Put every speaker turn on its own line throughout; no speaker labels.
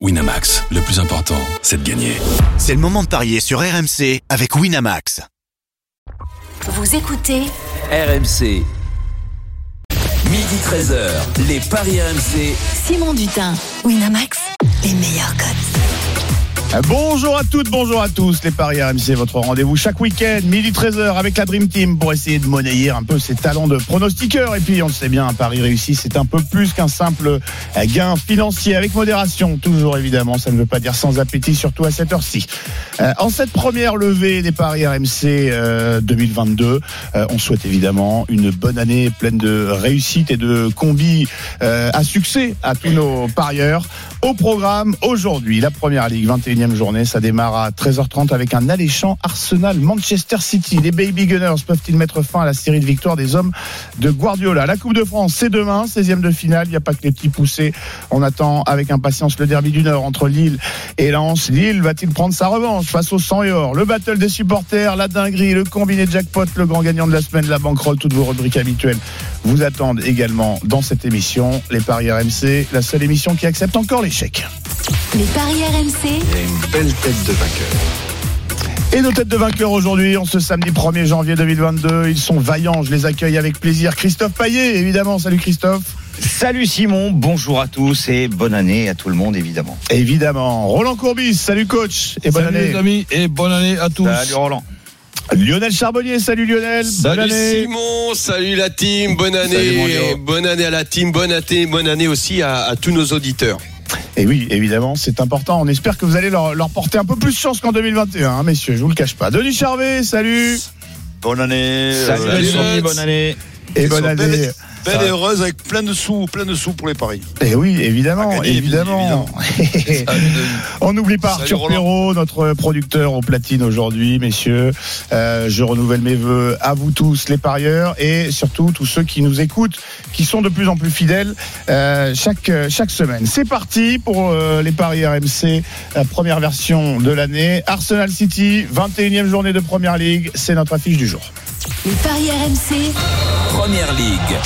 Winamax, le plus important, c'est de gagner.
C'est le moment de parier sur RMC avec Winamax.
Vous écoutez
RMC. Midi 13h, les paris RMC.
Simon Dutin, Winamax, les meilleurs cotes.
Bonjour à toutes, bonjour à tous, les paris RMC, votre rendez-vous chaque week-end, midi 13h avec la Dream Team pour essayer de monnayer un peu ses talents de pronostiqueur. Et puis on le sait bien, un pari réussi, c'est un peu plus qu'un simple gain financier, avec modération, toujours évidemment, ça ne veut pas dire sans appétit, surtout à cette heure-ci. En cette première levée des paris RMC 2022, on souhaite évidemment une bonne année pleine de réussite et de combis à succès à tous nos parieurs. Au programme aujourd'hui, la Première Ligue, 21e journée, ça démarre à 13h30 avec un alléchant Arsenal-Manchester City. Les Baby Gunners peuvent-ils mettre fin à la série de victoires des hommes de Guardiola? La Coupe de France, c'est demain, 16e de finale, il n'y a pas que les petits poussés. On attend avec impatience le derby du Nord entre Lille et Lens. Lille va-t-il prendre sa revanche face au sang et or? Le battle des supporters, la dinguerie, le combiné jackpot, le grand gagnant de la semaine, la banquerolle, toutes vos rubriques habituelles vous attendent également dans cette émission. Les paris RMC, la seule émission qui accepte encore l'échec.
Les paris RMC.
Il y a une belle tête de vainqueur.
Et nos têtes de vainqueurs aujourd'hui, en ce samedi 1er janvier 2022, ils sont vaillants, je les accueille avec plaisir. Christophe Payet, évidemment. Salut Christophe.
Salut Simon, bonjour à tous et bonne année à tout le monde évidemment.
Évidemment. Roland Courbis, salut coach et bonne année.
Salut les amis et bonne année à tous.
Salut Roland.
Lionel Charbonnier, salut Lionel.
Salut
bonne année.
Simon, salut la team, bonne année. Bonne année à la team, bonne année aussi à tous nos auditeurs.
Et oui, évidemment, c'est important. On espère que vous allez leur porter un peu plus de chance qu'en 2021, hein, messieurs, je vous le cache pas. Denis Charvet, salut.
Bonne année.
Salut bonne année.
Et bonne année.
Belle et heureuse avec plein de sous pour les paris.
Et oui, évidemment, évidemment. On n'oublie pas Arthur Perrault, notre producteur au platine aujourd'hui, messieurs. Je renouvelle mes vœux à vous tous, les parieurs, et surtout tous ceux qui nous écoutent, qui sont de plus en plus fidèles chaque semaine. C'est parti pour les paris RMC, la première version de l'année. Arsenal City, 21e journée de Première Ligue, c'est notre affiche du jour.
Les paris RMC.
Première Ligue.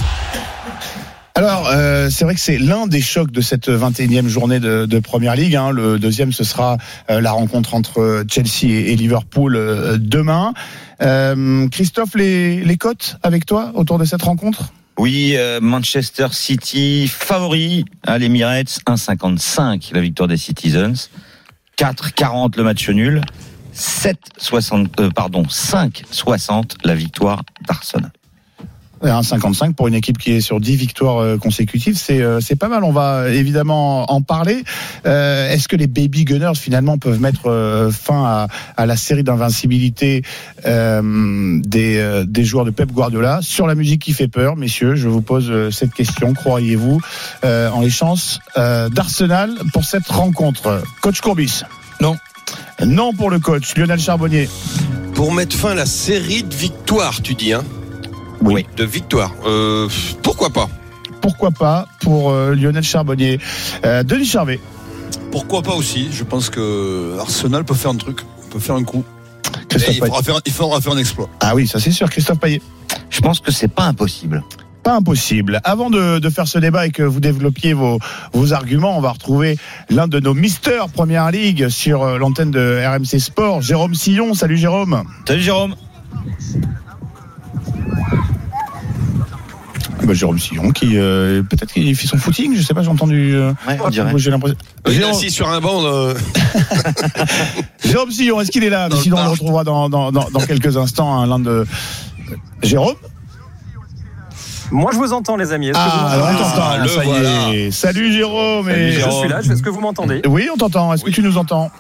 Alors, c'est vrai que c'est l'un des chocs de cette 21e journée de Première Ligue. Hein. Le deuxième, ce sera la rencontre entre Chelsea et Liverpool demain. Christophe, les cotes avec toi autour de cette rencontre ?
Oui, Manchester City favori à l'Emirates, 1,55 la victoire des Citizens, 4,40 le match nul, 5,60 la victoire d'Arsenal.
1,55 pour une équipe qui est sur 10 victoires consécutives, c'est pas mal. On va évidemment en parler. Est-ce que les Baby Gunners finalement peuvent mettre fin à la série d'invincibilité des joueurs de Pep Guardiola? Sur la musique qui fait peur, messieurs, je vous pose cette question. Croyez-vous en les chances d'Arsenal pour cette rencontre? Coach Courbis? Non pour le coach. Lionel Charbonnier?
Pour mettre fin à la série de victoires, tu dis, hein?
Oui.
De victoires. Pourquoi pas?
Pourquoi pas pour Lionel Charbonnier. Denis Charvet?
Pourquoi pas aussi? Je pense que Arsenal peut faire un truc, peut faire un coup. Il faudra faire un exploit.
Ah oui, ça c'est sûr. Christophe Payet?
Je pense que c'est pas impossible.
Pas impossible. Avant de faire ce débat et que vous développiez vos arguments, on va retrouver l'un de nos misters Première Ligue sur l'antenne de RMC Sport, Jérôme Sillon. Salut Jérôme.
Salut Jérôme.
Jérôme Sillon qui peut-être qu'il fait son footing, je sais pas, j'ai entendu.
On dirait.
J'ai l'impression.
Il est assis sur un banc.
Jérôme Sillon, est-ce qu'il est là? Sinon on le retrouvera dans quelques instants, hein, l'un de Jérôme.
Moi je vous entends les amis.
On t'entend. Ça y est. Salut Jérôme.
Salut, je suis là. Est-ce que vous m'entendez?
Oui, on t'entend. Est-ce que tu nous entends?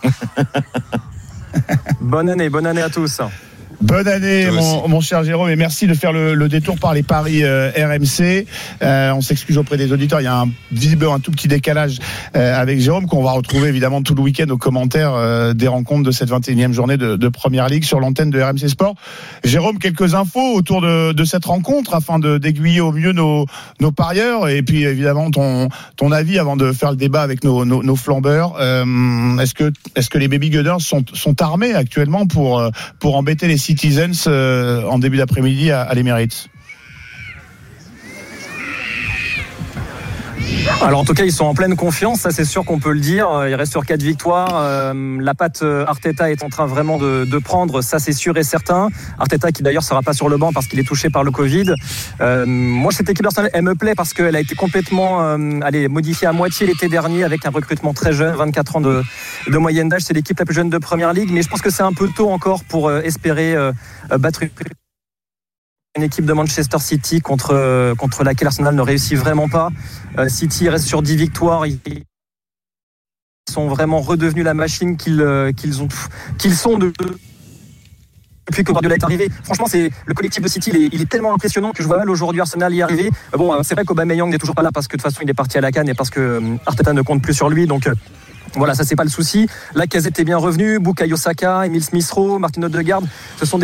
Bonne année à tous.
Bonne année, mon cher Jérôme, et merci de faire le détour par les paris RMC. On s'excuse auprès des auditeurs, il y a visiblement un tout petit décalage avec Jérôme, qu'on va retrouver évidemment tout le week-end aux commentaires des rencontres de cette 21e journée de Première Ligue sur l'antenne de RMC Sport. Jérôme, quelques infos autour de cette rencontre afin d'aiguiller au mieux nos parieurs, et puis évidemment ton avis avant de faire le débat avec nos flambeurs. Est-ce que les Baby Gunners sont armés actuellement pour embêter les Citizens en début d'après-midi à l'Emirates?
Alors en tout cas ils sont en pleine confiance, ça c'est sûr qu'on peut le dire. Il reste sur 4 victoires. La patte Arteta est en train vraiment de prendre, ça c'est sûr et certain. Arteta qui d'ailleurs sera pas sur le banc parce qu'il est touché par le Covid. Moi cette équipe d'Arsenal elle me plaît parce qu'elle a été complètement modifiée à moitié l'été dernier avec un recrutement très jeune, 24 ans de moyenne d'âge. C'est l'équipe la plus jeune de Première Ligue, mais je pense que c'est un peu tôt encore pour espérer battre une équipe de Manchester City contre laquelle Arsenal ne réussit vraiment pas. City reste sur 10 victoires. Ils sont vraiment redevenus la machine qu'ils sont depuis que Guardiola est arrivé. Franchement, le collectif de City, il est tellement impressionnant que je vois mal aujourd'hui Arsenal y arriver. Bon, c'est vrai qu'Aubameyang n'est toujours pas là parce que de toute façon il est parti à la CAN et parce que Arteta ne compte plus sur lui. Donc voilà, ça c'est pas le souci. Lacazette est bien revenu, Bukayo Saka, Emile Smith-Rowe, Martin Odegaard, ce sont des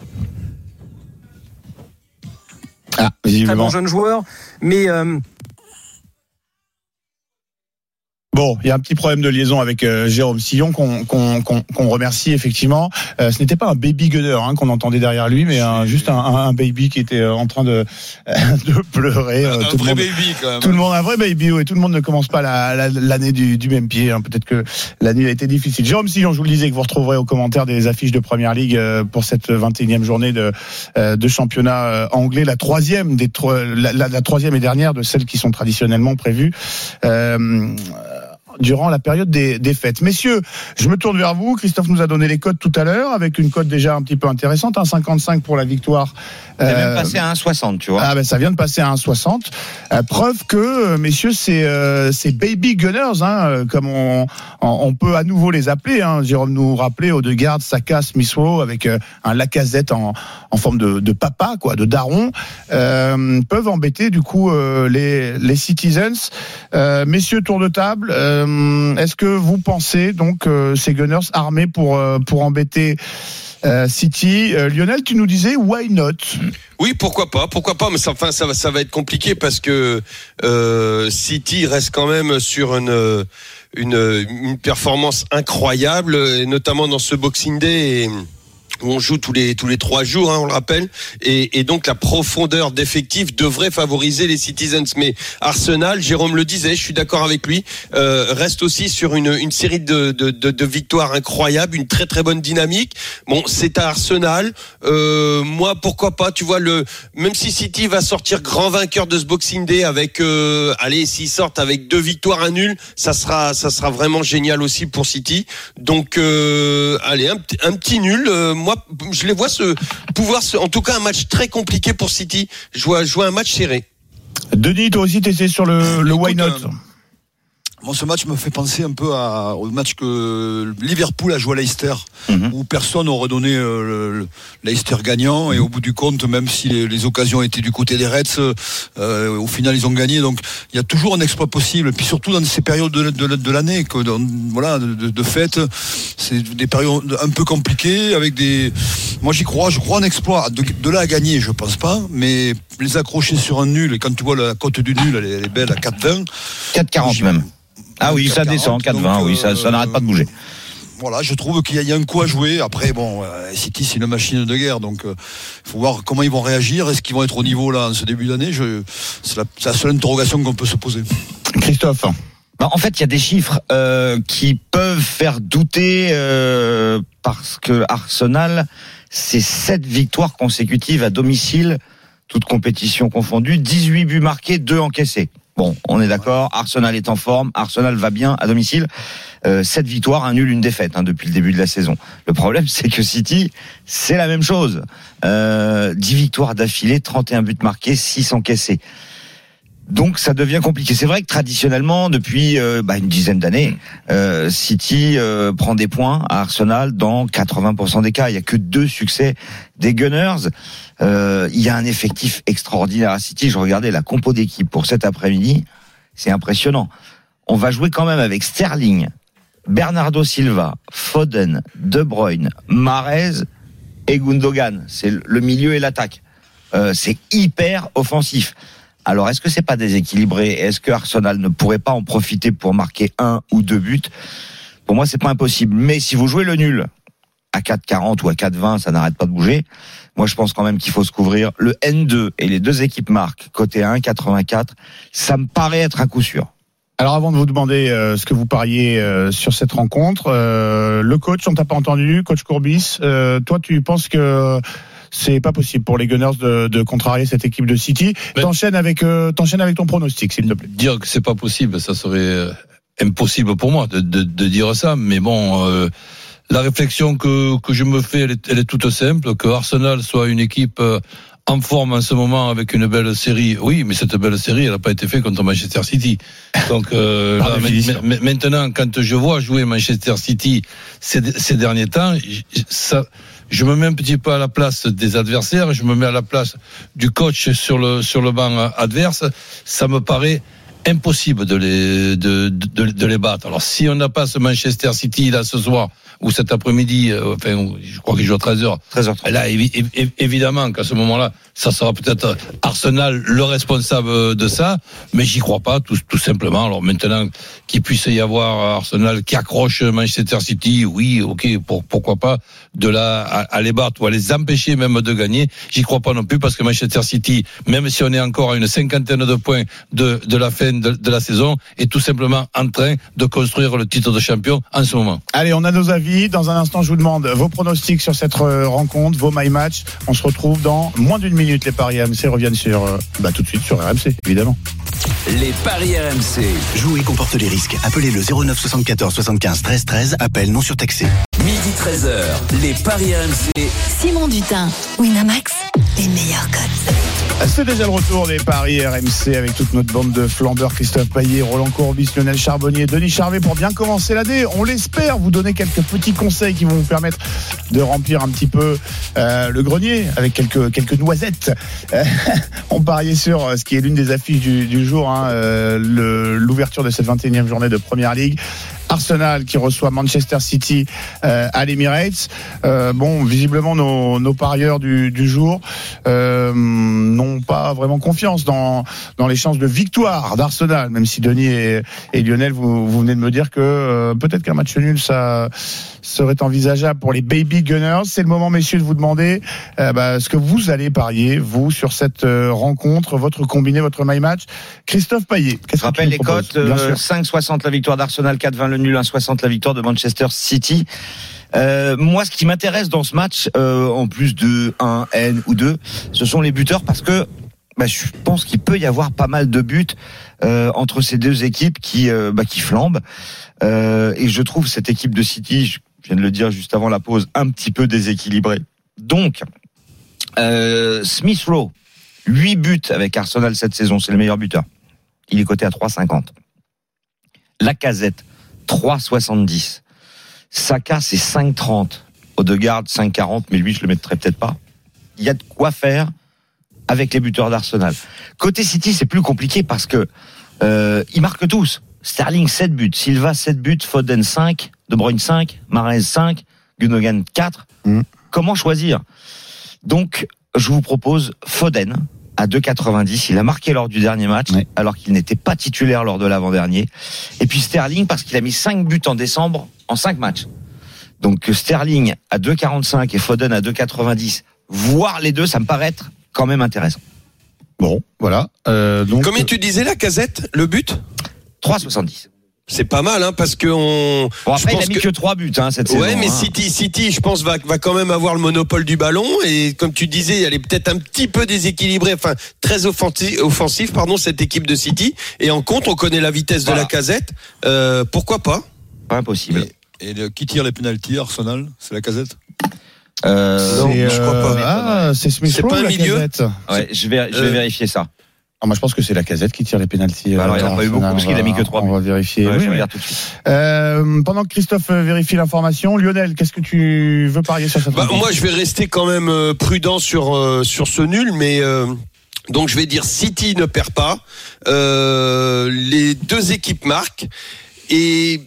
très bons jeunes joueurs, mais
bon, il y a un petit problème de liaison avec Jérôme Sillon qu'on remercie effectivement. Ce n'était pas un baby gunner qu'on entendait derrière lui, mais juste un baby qui était en train de pleurer.
Un vrai baby quand même.
Tout le monde, un vrai baby, et tout le monde ne commence pas l'année du même pied. Peut-être que l'année a été difficile. Jérôme Sillon, je vous le disais, que vous retrouverez aux commentaires des affiches de Première Ligue pour cette 21e journée de championnat anglais, la troisième et dernière de celles qui sont traditionnellement prévues durant la période des fêtes. Messieurs, je me tourne vers vous. Christophe nous a donné les cotes tout à l'heure, avec une cote déjà un petit peu intéressante, 1,55 pour la victoire.
C'est même passé à 1,60, tu vois.
Ah ben ça vient de passer à 1,60. Preuve que, messieurs, c'est baby gunners, comme on peut à nouveau les appeler. Jérôme nous rappelait Odegaard, Saka, Smith-Rowe, avec un Lacazette en forme de papa, quoi, de daron, peuvent embêter du coup les Citizens. Messieurs, tour de table. Est-ce que vous pensez donc ces Gunners armés pour embêter City? Lionel, tu nous disais why not?
Oui, pourquoi pas, mais ça va être compliqué parce que City reste quand même sur une performance incroyable, et notamment dans ce Boxing Day. Où on joue tous les 3 jours, on le rappelle, et donc la profondeur d'effectifs devrait favoriser les Citizens. Mais Arsenal, Jérôme le disait, je suis d'accord avec lui, reste aussi sur une série de victoires incroyables, une très très bonne dynamique. Bon, c'est à Arsenal. Moi, pourquoi pas, tu vois, même si City va sortir grand vainqueur de ce Boxing Day avec, s'ils sortent avec 2 victoires, 1 nul, ça sera vraiment génial aussi pour City. Donc, un petit nul. Moi, je les vois en tout cas un match très compliqué pour City. Je vois un match serré.
Denis, toi aussi, tu étais sur le why not?
Bon, ce match me fait penser un peu au match que Liverpool a joué à Leicester, où personne n'aurait donné Leicester gagnant, et au bout du compte, même si les occasions étaient du côté des Reds, au final ils ont gagné. Donc il y a toujours un exploit possible, et puis surtout dans ces périodes de l'année, de fête, c'est des périodes un peu compliquées avec moi j'y crois, je crois en exploit. De là à gagner, je pense pas, mais les accrocher sur un nul, et quand tu vois la cote du nul, elle est belle à 4,20,
4,40 même. Ah oui, ça descend, 4,20, oui, ça n'arrête pas de bouger.
Voilà, je trouve qu'il y a un coup à jouer. Après, City, c'est une machine de guerre, donc il faut voir comment ils vont réagir. Est-ce qu'ils vont être au niveau là en ce début d'année? C'est la seule interrogation qu'on peut se poser.
Christophe.
En fait, il y a des chiffres qui peuvent faire douter parce que Arsenal, c'est 7 victoires consécutives à domicile, toutes compétitions confondues, 18 buts marqués, 2 encaissés. Bon, on est d'accord, Arsenal est en forme, Arsenal va bien à domicile, 7 victoires, 1 nul, 1 défaite depuis le début de la saison. Le problème, c'est que City, c'est la même chose. 10 victoires d'affilée, 31 buts marqués, 6 encaissés. Donc ça devient compliqué. C'est vrai que traditionnellement, depuis une dizaine d'années, City prend des points à Arsenal dans 80% des cas. Il y a que 2 succès des Gunners. Il y a un effectif extraordinaire à City. Je regardais la compo d'équipe pour cet après-midi. C'est impressionnant. On va jouer quand même avec Sterling, Bernardo Silva, Foden, De Bruyne, Mahrez et Gundogan. C'est le milieu et l'attaque. C'est hyper offensif. Alors, est-ce que c'est pas déséquilibré? Est-ce que Arsenal ne pourrait pas en profiter pour marquer 1 ou 2 buts? Pour moi, c'est pas impossible. Mais si vous jouez le nul, à 4,40 ou à 4,20, ça n'arrête pas de bouger. Moi, je pense quand même qu'il faut se couvrir. Le N2 et les deux équipes marquent côté 1,84, ça me paraît être un coup sûr.
Alors avant de vous demander ce que vous pariez sur cette rencontre, le coach, on t'a pas entendu, coach Courbis, toi tu penses que c'est pas possible pour les Gunners de contrarier cette équipe de City. T'enchaînes avec ton pronostic, s'il te plaît.
Dire que c'est pas possible, ça serait impossible pour moi de dire ça. Mais bon, la réflexion que je me fais, elle est toute simple. Que Arsenal soit une équipe en forme en ce moment avec une belle série, oui, mais cette belle série, elle n'a pas été faite contre Manchester City. Donc là, maintenant, quand je vois jouer Manchester City ces derniers temps, je me mets un petit peu à la place des adversaires, je me mets à la place du coach sur le banc adverse. Ça me paraît impossible de les battre. Alors si on n'a pas ce Manchester City là ce soir ou cet après-midi, je crois qu'il joue à 13h. Là, évidemment qu'à ce moment-là, ça sera peut-être Arsenal le responsable de ça, mais j'y crois pas, tout simplement. Alors maintenant, qu'il puisse y avoir Arsenal qui accroche Manchester City, oui, ok, pourquoi pas, de là à les battre ou à les empêcher même de gagner, j'y crois pas non plus, parce que Manchester City, même si on est encore à une 50aine de points de la fin de la saison, est tout simplement en train de construire le titre de champion en ce moment.
Allez, on a nos avis. Dans un instant, je vous demande vos pronostics sur cette rencontre, vos my match. On se retrouve dans moins d'une minute. Les paris RMC reviennent tout de suite sur RMC, évidemment.
Les paris RMC.
Jouer comporte les risques. Appelez le 09 74 75 13 13. Appel non surtaxé.
Midi 13h. Les paris RMC.
Simon Dutin, Winamax, les meilleurs codes.
C'est déjà le retour des paris RMC avec toute notre bande de flambeurs, Christophe Payet, Roland Courbis, Lionel Charbonnier, Denis Charvet, pour bien commencer l'année. On l'espère, vous donner quelques petits conseils qui vont vous permettre de remplir un petit peu le grenier avec quelques noisettes. On pariait sur ce qui est l'une des affiches du jour, l'ouverture de cette 21e journée de Première Ligue. Arsenal qui reçoit Manchester City à l'Emirates. Visiblement nos parieurs du jour n'ont pas vraiment confiance dans les chances de victoire d'Arsenal, même si Denis et Lionel, vous venez de me dire que peut-être qu'un match nul, ça serait envisageable pour les Baby Gunners. C'est le moment, messieurs, de vous demander ce que vous allez parier, vous, sur cette rencontre, votre combiné, votre my match. Christophe Payet,
je rappelle les cotes, 5,60 la victoire d'Arsenal, 4,20 le nul, 1,60 la victoire de Manchester City. Moi, ce qui m'intéresse dans ce match, en plus de 1, N ou 2, ce sont les buteurs, parce que je pense qu'il peut y avoir pas mal de buts entre ces deux équipes qui flambent. Et je trouve cette équipe de City, je viens de le dire juste avant la pause, un petit peu déséquilibrée. Donc, Smith Rowe, 8 buts avec Arsenal cette saison, c'est le meilleur buteur. Il est coté à 3,50. Lacazette, 3,70. Saka, c'est 5,30. Odegaard, 5,40, mais lui, je le mettrais peut-être pas. Il y a de quoi faire avec les buteurs d'Arsenal. Côté City, c'est plus compliqué parce que ils marquent tous. Sterling, 7 buts. Silva, 7 buts. Foden, 5. De Bruyne, 5. Mahrez, 5. Gundogan, 4. Comment choisir? Donc, je vous propose Foden à 2,90. Il a marqué lors du dernier match, alors qu'il n'était pas titulaire lors de l'avant-dernier. Et puis Sterling, parce qu'il a mis 5 buts en décembre en 5 matchs. Donc Sterling à 2,45 et Foden à 2,90. Voir les deux, ça me paraît être quand même intéressant.
Bon, voilà. Donc,
combien tu disais Lacazette, le but?
3,70.
C'est pas mal, parce que
après, il a mis que 3 buts, cette saison.
Ouais, mais City, je pense, va quand même avoir le monopole du ballon. Et comme tu disais, elle est peut-être un petit peu déséquilibrée, très offensif, cette équipe de City. Et en contre, on connaît la vitesse de Lacazette. Pourquoi pas?
Pas impossible.
Et qui tire les pénaltys, Arsenal? C'est Lacazette?
Non, je crois pas. C'est Smith Rowe,
pas un milieu.
Ouais, je vais vérifier ça.
Moi, je pense que c'est Lacazette qui tire les pénaltys.
Alors, il n'y en a pas eu beaucoup parce qu'il a mis que 3 buts.
On va vérifier.
Ouais, je regarde tout de suite.
Pendant que Christophe vérifie l'information, Lionel, qu'est-ce que tu veux parier sur cette rencontre?
Moi, je vais rester quand même prudent sur ce nul, mais donc je vais dire City ne perd pas. Les deux équipes marquent et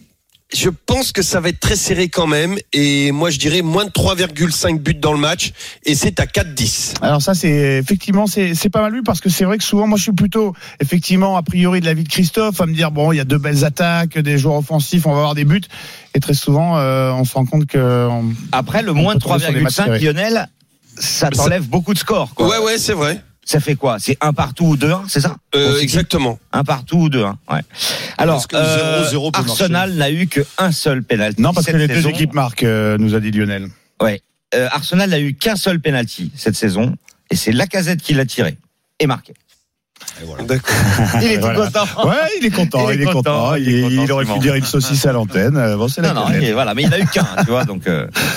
je pense que ça va être très serré quand même. Et moi, je dirais moins de 3,5 buts dans le match. Et c'est à 4-10.
Alors ça, c'est pas mal vu parce que c'est vrai que souvent, moi, je suis plutôt effectivement a priori de l'avis de Christophe à me dire bon, il y a deux belles attaques, des joueurs offensifs, on va avoir des buts. Et très souvent, on se rend compte que
après le moins de 3,5, Lionel, ça t'enlève beaucoup de scores, quoi.
Ouais, c'est vrai.
Ça fait quoi? C'est 1 partout ou 2-1, c'est ça?
Exactement.
1 partout ou 2-1, ouais. Alors, Arsenal n'a eu qu'un seul pénalty.
Non, parce que les deux équipes marquent, nous a dit Lionel.
Ouais. Arsenal n'a eu qu'un seul pénalty cette saison, et c'est Lacazette qui l'a tiré et marqué.
Et voilà. D'accord.
Il est tout content.
Ouais, il est content. Il aurait pu dire une saucisse à l'antenne. Bon, c'est
non, voilà, mais il n'a eu qu'un, tu vois, donc.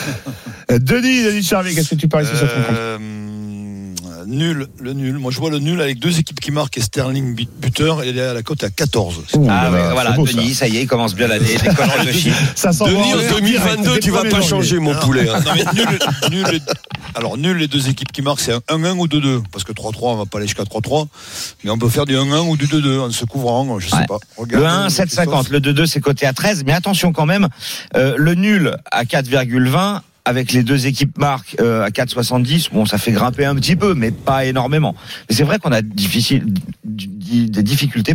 Denis Charvet, qu'est-ce que tu paries sur cette rencontre?
Le nul. Moi, je vois le nul avec deux équipes qui marquent et Sterling buteur. Et la cote est à 14.
Voilà, beau, Denis, ça y est, il commence bien l'année.
Denis, en 2022, tu vas pas changer, mon poulet.
Non, mais nul, les deux équipes qui marquent, c'est un 1-1 ou 2-2. Parce que 3-3, on va pas aller jusqu'à 3-3. Mais on peut faire du 1-1 ou du 2-2 en se couvrant, je sais pas.
Regarde, le 1, 7,50. Le 2-2, c'est coté à 13. Mais attention quand même, le nul à 4,20. Avec les deux équipes marques à 4,70, bon, ça fait grimper un petit peu, mais pas énormément. Mais c'est vrai qu'on a des difficultés,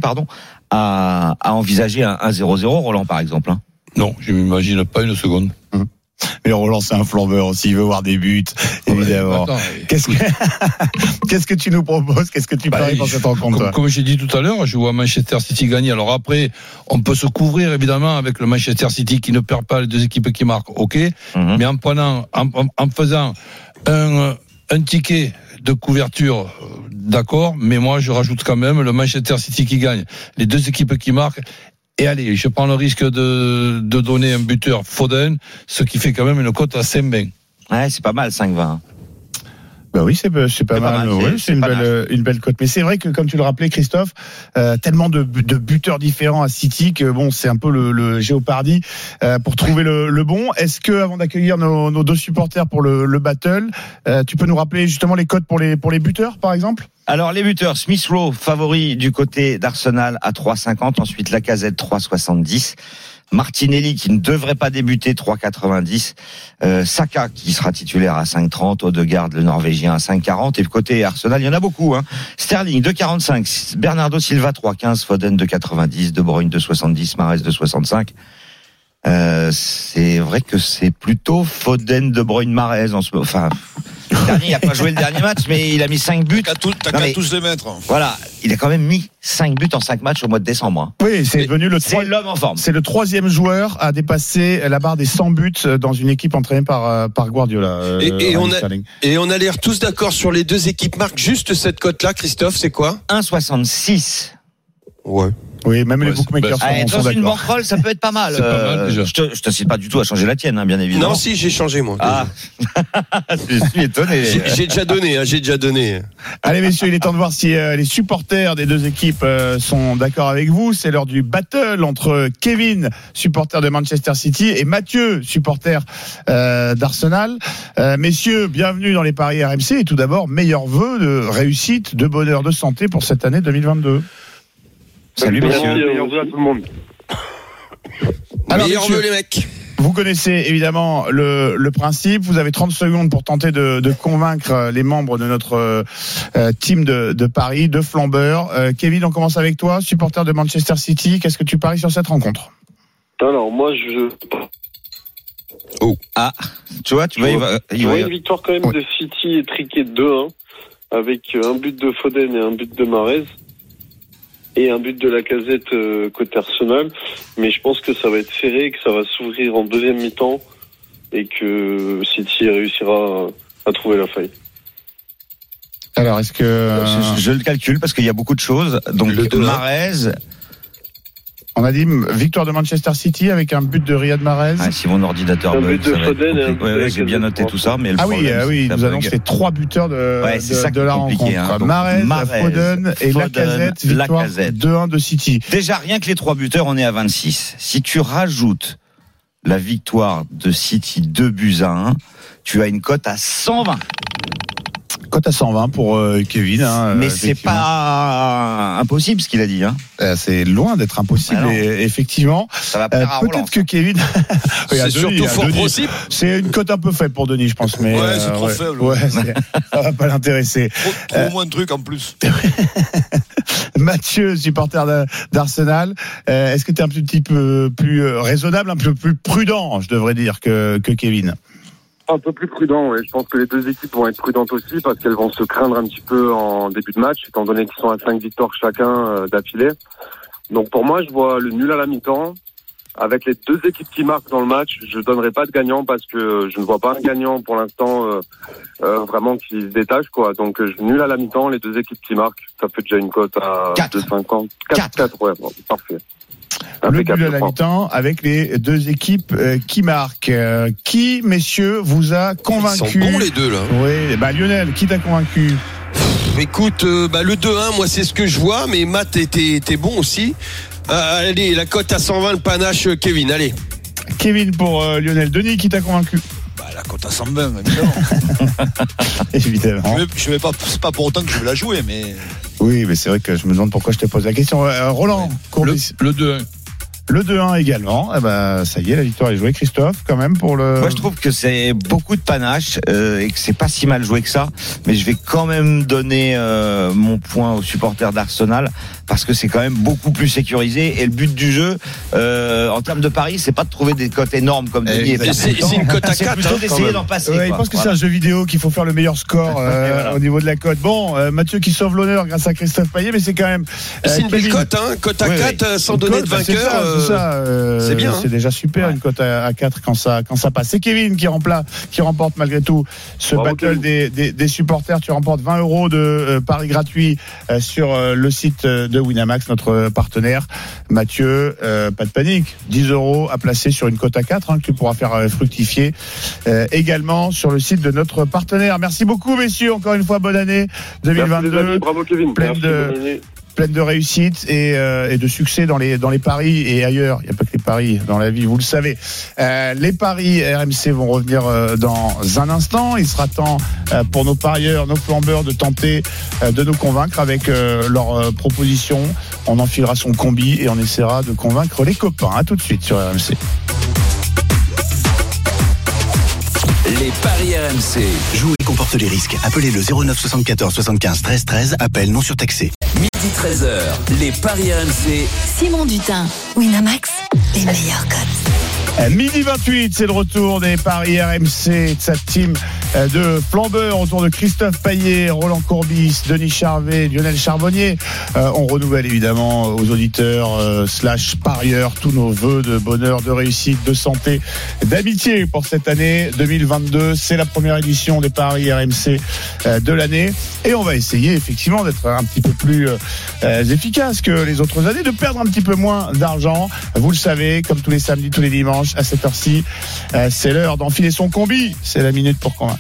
à envisager un 1-0-0, Roland, par exemple. Hein.
Non, je m'imagine pas une seconde.
Mais Roland, c'est un flambeur aussi, il veut voir des buts, évidemment. Qu'est-ce que tu nous proposes? Qu'est-ce que tu paries pour cette rencontre?
Comme j'ai dit tout à l'heure, je vois Manchester City gagner. Alors après, on peut se couvrir évidemment avec le Manchester City qui ne perd pas les deux équipes qui marquent, ok. Mais en faisant un ticket de couverture, d'accord. Mais moi, je rajoute quand même le Manchester City qui gagne, les deux équipes qui marquent. Et allez, je prends le risque de donner un buteur Foden, ce qui fait quand même une cote à 5,20.
Ouais, c'est pas mal, 5,20.
Bah oui, c'est pas mal. C'est une belle cote. Mais c'est vrai que, comme tu le rappelais, Christophe, tellement de buteurs différents à City que bon, c'est un peu le Géopardy pour trouver le bon. Est-ce que, avant d'accueillir nos deux supporters pour le battle, tu peux nous rappeler justement les cotes pour les buteurs, par exemple?
Alors, les buteurs, Smith Rowe, favori du côté d'Arsenal à 3,50. Ensuite, Lacazette, 3,70. Martinelli, qui ne devrait pas débuter, 3,90. Saka, qui sera titulaire à 5,30. Odegaard, le Norvégien, à 5,40. Et côté Arsenal, il y en a beaucoup, hein. Sterling, 2,45. Bernardo Silva, 3,15. Foden, 2,90. De Bruyne, 2,70. Mahrez, 2,65. C'est vrai que c'est plutôt Foden, De Bruyne, Mahrez en ce moment. Enfin, le dernier, il n'a pas joué le dernier match, mais il a mis 5 buts.
T'as qu'à tous les mettre.
Voilà, il a quand même mis 5 buts en 5 matchs au mois de décembre.
Oui, c'est
l'homme en forme.
C'est le 3e joueur à dépasser la barre des 100 buts dans une équipe entraînée par Guardiola.
Et on a l'air tous d'accord sur les deux équipes marques. Juste cette cote-là, Christophe, c'est quoi?
1,66.
Ouais.
Oui, même les bookmakers sont
dans
d'accord.
Une bankroll, ça peut être pas mal.
C'est pas mal, déjà.
Je t'incite pas du tout à changer la tienne, hein, bien évidemment.
Non, si, j'ai changé, moi.
Ah. Je suis étonné.
J'ai déjà donné.
Allez, messieurs, il est temps de voir si les supporters des deux équipes sont d'accord avec vous. C'est l'heure du battle entre Kevin, supporter de Manchester City, et Mathieu, supporter d'Arsenal. Messieurs, bienvenue dans les paris RMC. Et tout d'abord, meilleurs vœux de réussite, de bonheur, de santé pour cette année 2022.
Salut messieurs.
Meilleurs vœux à tout le monde.
Alors,
meilleurs vœux les mecs.
Vous connaissez évidemment le principe. Vous avez 30 secondes pour tenter de convaincre les membres de notre team de Paris, de flambeurs. Kevin, on commence avec toi, supporter de Manchester City. Qu'est-ce que tu paries sur cette rencontre?
Alors moi
tu vois, il va
une victoire quand même de City étriquée 2-1 avec un but de Foden et un but de Mahrez. Et un but de Lacazette côté Arsenal, mais je pense que ça va être serré, que ça va s'ouvrir en deuxième mi-temps et que City réussira à trouver la faille.
Alors, est-ce que
je le calcule parce qu'il y a beaucoup de choses. Donc Mahrez.
On a dit victoire de Manchester City avec un but de Riyad Mahrez.
Ah, si mon ordinateur bug,
ça va être
compliqué. J'ai bien noté tout ça, mais le
problème, il nous annonce les 3 buteurs de la rencontre.
Hein.
Mahrez, Foden et Lacazette, victoire 2-1 de City.
Déjà, rien que les 3 buteurs, on est à 26. Si tu rajoutes la victoire de City 2-1, tu as une cote à 120.
Cote à 120 pour Kevin. Hein,
mais c'est pas impossible ce qu'il a dit. Hein.
C'est loin d'être impossible, effectivement.
Ça va plaire à Roland.
Peut-être que Kevin.
C'est surtout fort possible.
C'est une cote un peu faible pour Denis, je pense. Mais
ouais, c'est trop faible.
Ouais, ça va pas l'intéresser.
Trop moins de trucs en plus.
Mathieu, supporter d'Arsenal, est-ce que tu es un petit peu plus raisonnable, un peu plus prudent, je devrais dire, que Kevin?
Un peu plus prudent, oui. Je pense que les deux équipes vont être prudentes aussi parce qu'elles vont se craindre un petit peu en début de match, étant donné qu'ils sont à 5 victoires chacun d'affilée. Donc pour moi, je vois le nul à la mi-temps. Avec les deux équipes qui marquent dans le match, je donnerai pas de gagnant parce que je ne vois pas un gagnant pour l'instant vraiment qui se détache, quoi. Donc nul à la mi-temps, les deux équipes qui marquent, ça fait déjà une cote à 2,50. 4, ouais, bon, parfait.
Le nul à la mi-temps avec les deux équipes qui marquent. Qui, messieurs, vous a convaincu?
Ils sont bons les deux là.
Oui, Lionel, qui t'a convaincu?
Écoute, le 2-1, moi c'est ce que je vois, mais Matt était bon aussi. Allez, la cote à 120, le panache, Kevin, allez.
Kevin pour Lionel. Denis, qui t'a convaincu?
La cote à 120, évidemment.
Évidemment.
Je vais pas, c'est pas pour autant que je vais la jouer, mais.
Oui, mais c'est vrai que je me demande pourquoi je te pose la question. Roland,
le 2-1.
Le 2-1 également. Ça y est, la victoire est jouée. Christophe, quand même, pour le.
Moi, je trouve que c'est beaucoup de panache et que c'est pas si mal joué que ça. Mais je vais quand même donner mon point aux supporters d'Arsenal parce que c'est quand même beaucoup plus sécurisé. Et le but du jeu, en termes de paris, c'est pas de trouver des cotes énormes comme Denis.
C'est une cote à 4.
C'est plutôt d'essayer d'en passer.
Ouais, il pense que c'est un jeu vidéo qu'il faut faire le meilleur score au niveau de la cote. Bon, Mathieu qui sauve l'honneur grâce à Christophe Payet, mais c'est quand même.
C'est une belle cote, hein. Cote à 4 sans donner de vainqueur.
C'est
bien.
C'est déjà super une cote à 4 quand ça passe. C'est Kevin qui remporte malgré tout ce battle des supporters. Tu remportes 20 € de paris gratuits sur le site de Winamax, notre partenaire. Mathieu, pas de panique. 10 € à placer sur une cote à 4 que tu pourras faire fructifier également sur le site de notre partenaire. Merci beaucoup, messieurs. Encore une fois, bonne année 2022.
Bravo, Kevin.
Pleine de réussite et de succès dans les paris et ailleurs. Il n'y a pas que les paris dans la vie, vous le savez. Les paris RMC vont revenir dans un instant. Il sera temps pour nos parieurs, nos flambeurs de tenter de nous convaincre avec leurs propositions. On enfilera son combi et on essaiera de convaincre les copains. À tout de suite sur RMC.
Les paris RMC.
Jouer comporte les risques. Appelez le 09 74 75 13 13. Appel non surtaxé.
Midi 13h, les paris RMC.
Simon Dutin, Winamax, les meilleurs cotes.
Midi 28, c'est le retour des paris RMC de sa team de flambeurs autour de Christophe Payet, Roland Courbis, Denis Charvet, Lionel Charbonnier. On renouvelle évidemment aux auditeurs / parieurs tous nos vœux de bonheur, de réussite, de santé, d'amitié pour cette année 2022. C'est la première édition des paris RMC de l'année et on va essayer effectivement d'être un petit peu plus efficace que les autres années, de perdre un petit peu moins d'argent. Vous le savez, comme tous les samedis, tous les dimanches à cette heure-ci, c'est l'heure d'enfiler son combi. C'est la minute pour convaincre.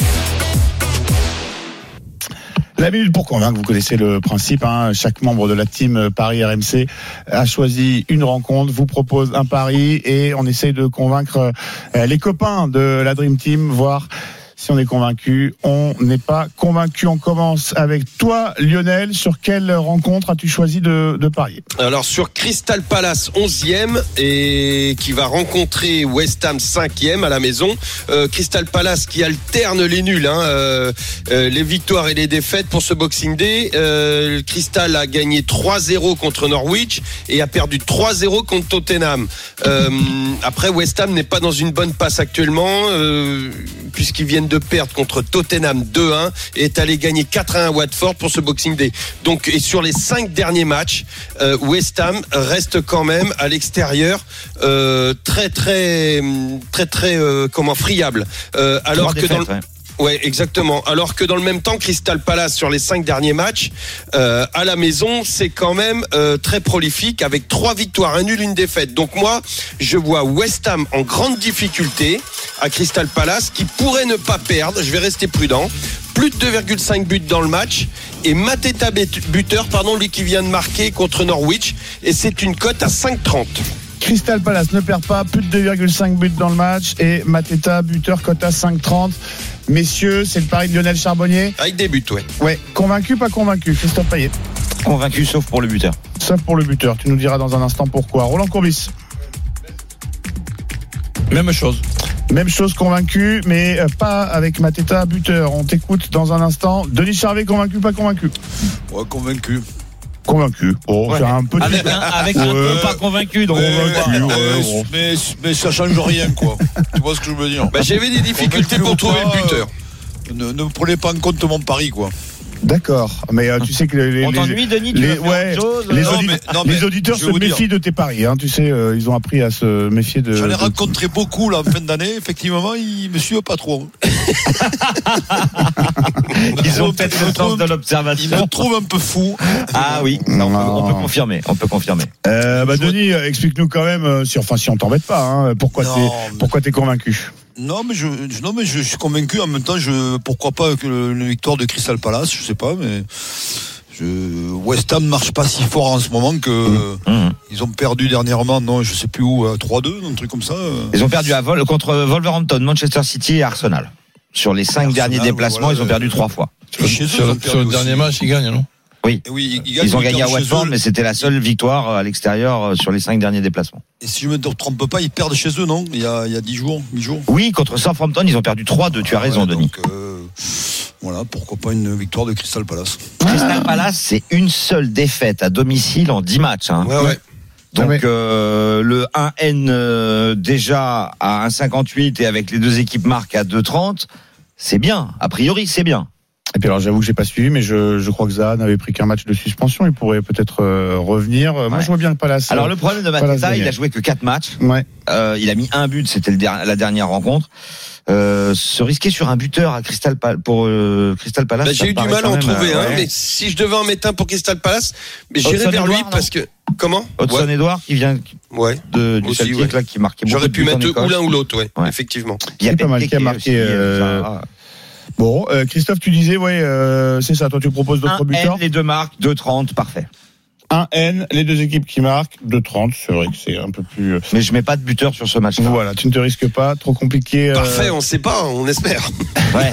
La minute pour convaincre, vous connaissez le principe. Chaque membre de la team Paris RMC a choisi une rencontre, vous propose un pari et on essaye de convaincre les copains de la Dream Team, voir si on est convaincu. On n'est pas convaincu. On commence avec toi, Lionel. Sur quelle rencontre as-tu choisi de parier? Alors
sur Crystal Palace 11e et qui va rencontrer West Ham 5e à la maison. Crystal Palace qui alterne les nuls, les victoires et les défaites pour ce Boxing Day. Crystal a gagné 3-0 contre Norwich et a perdu 3-0 contre Tottenham. Après, West Ham n'est pas dans une bonne passe actuellement puisqu'ils viennent de perdre contre Tottenham 2-1 et est allé gagner 4-1 à Watford pour ce Boxing Day. Donc, et sur les 5 derniers matchs, West Ham reste quand même à l'extérieur très friable. Alors que dans Ouais, exactement. Alors que dans le même temps, Crystal Palace sur les 5 derniers matchs à la maison, c'est quand même très prolifique avec 3 victoires, 1 nul, 1 défaite. Donc moi, je vois West Ham en grande difficulté à Crystal Palace qui pourrait ne pas perdre. Je vais rester prudent. Plus de 2,5 buts dans le match et Mateta buteur, lui qui vient de marquer contre Norwich et c'est une cote à 5,30.
Crystal Palace ne perd pas, plus de 2,5 buts dans le match. Et Mateta, buteur, cote à 5,30. Messieurs, c'est le pari de Lionel Charbonnier.
Avec des buts, ouais.
Ouais, convaincu, pas convaincu, Christophe Payet?
Convaincu, sauf pour le buteur.
Sauf pour le buteur, tu nous diras dans un instant pourquoi. Roland Courbis?
Même chose.
Même chose, convaincu, mais pas avec Mateta, buteur. On t'écoute dans un instant. Denis Charvet, convaincu, pas convaincu?
Ouais, convaincu.
Convaincu. Oh,
Ouais.
c'est un petit...
Avec un peu pas convaincu. Donc
Convaincu, ouais.
Mais ça change rien, quoi. Tu vois ce que je veux dire?
Bah, j'avais des difficultés pour trouver le buteur.
Ne prenez pas en compte mon pari, quoi.
D'accord, mais tu sais que
on t'ennuie, Denis, tu veux faire autre chose?
Les auditeurs se méfient de tes paris, hein, tu sais, ils ont appris à se méfier de...
J'en ai rencontré beaucoup là en fin d'année, effectivement, ils me suivent pas trop.
Ils ont peut-être le sens de l'observation.
Ils me trouvent un peu fou.
Ah oui, on peut confirmer.
Denis, explique-nous quand même, si on t'embête pas, hein, pourquoi t'es convaincu?
Non, mais je suis convaincu. En même temps, pourquoi pas une victoire de Crystal Palace, je sais pas, mais West Ham marche pas si fort en ce moment que ils ont perdu dernièrement, non, je sais plus où, 3-2, un truc comme ça.
Ils ont perdu contre Wolverhampton, Manchester City et Arsenal. Sur les 5 derniers déplacements, ils ont perdu 3 fois.
Sur le dernier match, ils gagnent, non?
Oui, ils ont gagné à Watford, mais c'était la seule victoire à l'extérieur sur les 5 derniers déplacements.
Et si je me trompe pas, ils perdent chez eux, non? Il y a 10 jours, 8 jours.
Oui, contre Southampton, ils ont perdu 3-2, tu as raison, Denis.
Donc, voilà, pourquoi pas une victoire de Crystal Palace.
Crystal Palace, c'est une seule défaite à domicile en 10 matchs. Hein.
Ouais.
Donc le 1N déjà à 1,58 et avec les deux équipes marques à 2,30, c'est bien. A priori, c'est bien.
Et puis alors j'avoue que j'ai pas suivi, mais je crois que Zaha n'avait pris qu'un match de suspension. Il pourrait peut-être revenir. Moi, je vois bien le Palace.
Alors le problème de Mateta, il a joué que 4 matchs.
Ouais.
Il a mis un but, c'était la dernière rencontre. Se risquer sur un buteur à Crystal Palace.
Bah, j'ai eu du mal à en trouver un, mais si je devais en mettre un pour Crystal Palace, mais j'irais vers lui parce que. Comment?
Hudson Edouard qui vient du Celtic là, qui marquait beaucoup.
J'aurais pu mettre ou l'un ou l'autre,
ouais.
Effectivement.
Il y a pas mal qui a marqué. Bon, Christophe, tu disais, c'est ça. Toi, tu proposes d'autres buteurs.
Les deux marques, 2,30, parfait.
1N, les deux équipes qui marquent, 2,30. C'est vrai que c'est un peu plus.
Mais je mets pas de buteur sur ce match-là.
Voilà, tu ne te risques pas, trop compliqué.
Parfait, on sait pas, on espère.
Ouais.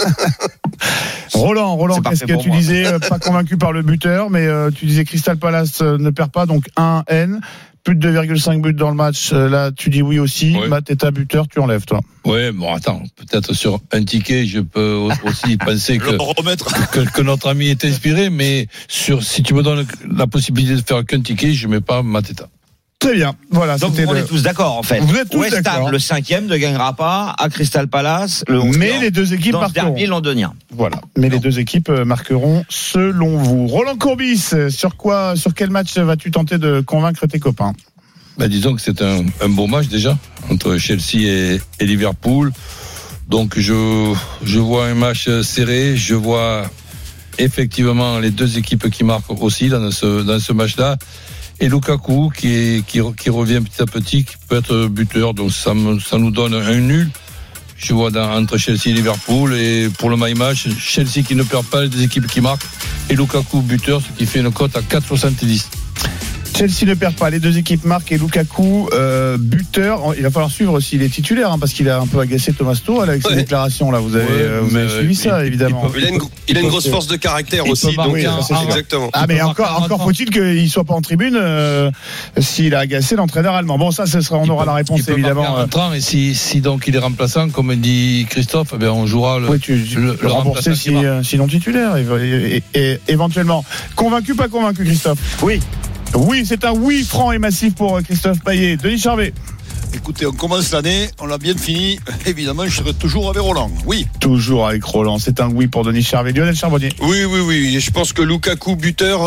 Roland, qu'est-ce que tu disais? Pas convaincu par le buteur, mais tu disais Crystal Palace ne perd pas, donc 1N. Plus de 2,5 buts dans le match. Là, tu dis oui aussi.
Oui.
Matt, t'es buteur, tu enlèves, toi.
Ouais, bon, attends. Peut-être sur un ticket, je peux aussi penser que notre ami est inspiré, mais si tu me donnes la possibilité de faire qu'un ticket, je mets pas Mateta.
Très bien. Voilà.
Donc, on est tous d'accord, en fait.
Vous êtes tous
West
d'accord.
Ham, le 5e, ne gagnera pas à Crystal Palace.
Mais les deux équipes marqueront.
Derby londonien.
Voilà. Mais les deux équipes marqueront selon vous. Roland Courbis, sur quel match vas-tu tenter de convaincre tes copains?
Disons que c'est un beau match déjà entre Chelsea et Liverpool. Donc je vois un match serré. Je vois effectivement les deux équipes qui marquent aussi dans ce match-là. Et Lukaku qui revient petit à petit, qui peut être buteur. Donc ça nous donne un nul. Je vois entre Chelsea et Liverpool. Et pour le my match, Chelsea qui ne perd pas, les deux équipes qui marquent. Et Lukaku buteur, ce qui fait une cote à 4,70.
Chelsea ne perd pas, les deux équipes marquent et Lukaku buteur. Il va falloir suivre s'il est titulaire, parce qu'il a un peu agacé Thomas Tuchel avec ses déclarations là. Vous avez suivi ça évidemment.
Il a une grosse force de caractère aussi. Donc exactement.
Ah mais encore faut-il qu'il soit pas en tribune s'il a agacé l'entraîneur allemand. Bon ça on aura la réponse évidemment.
Et si donc il est remplaçant, comme dit Christophe, on jouera le
rembourser sinon titulaire et éventuellement. Convaincu, pas convaincu, Christophe? Oui, c'est un oui franc et massif pour Christophe Payet. Denis Charvet.
Écoutez, on commence l'année, on l'a bien fini. Évidemment, je serai toujours avec Roland. Oui.
Toujours avec Roland. C'est un oui pour Denis Charvet. Lionel Charbonnier.
Oui. Je pense que Lukaku, buteur,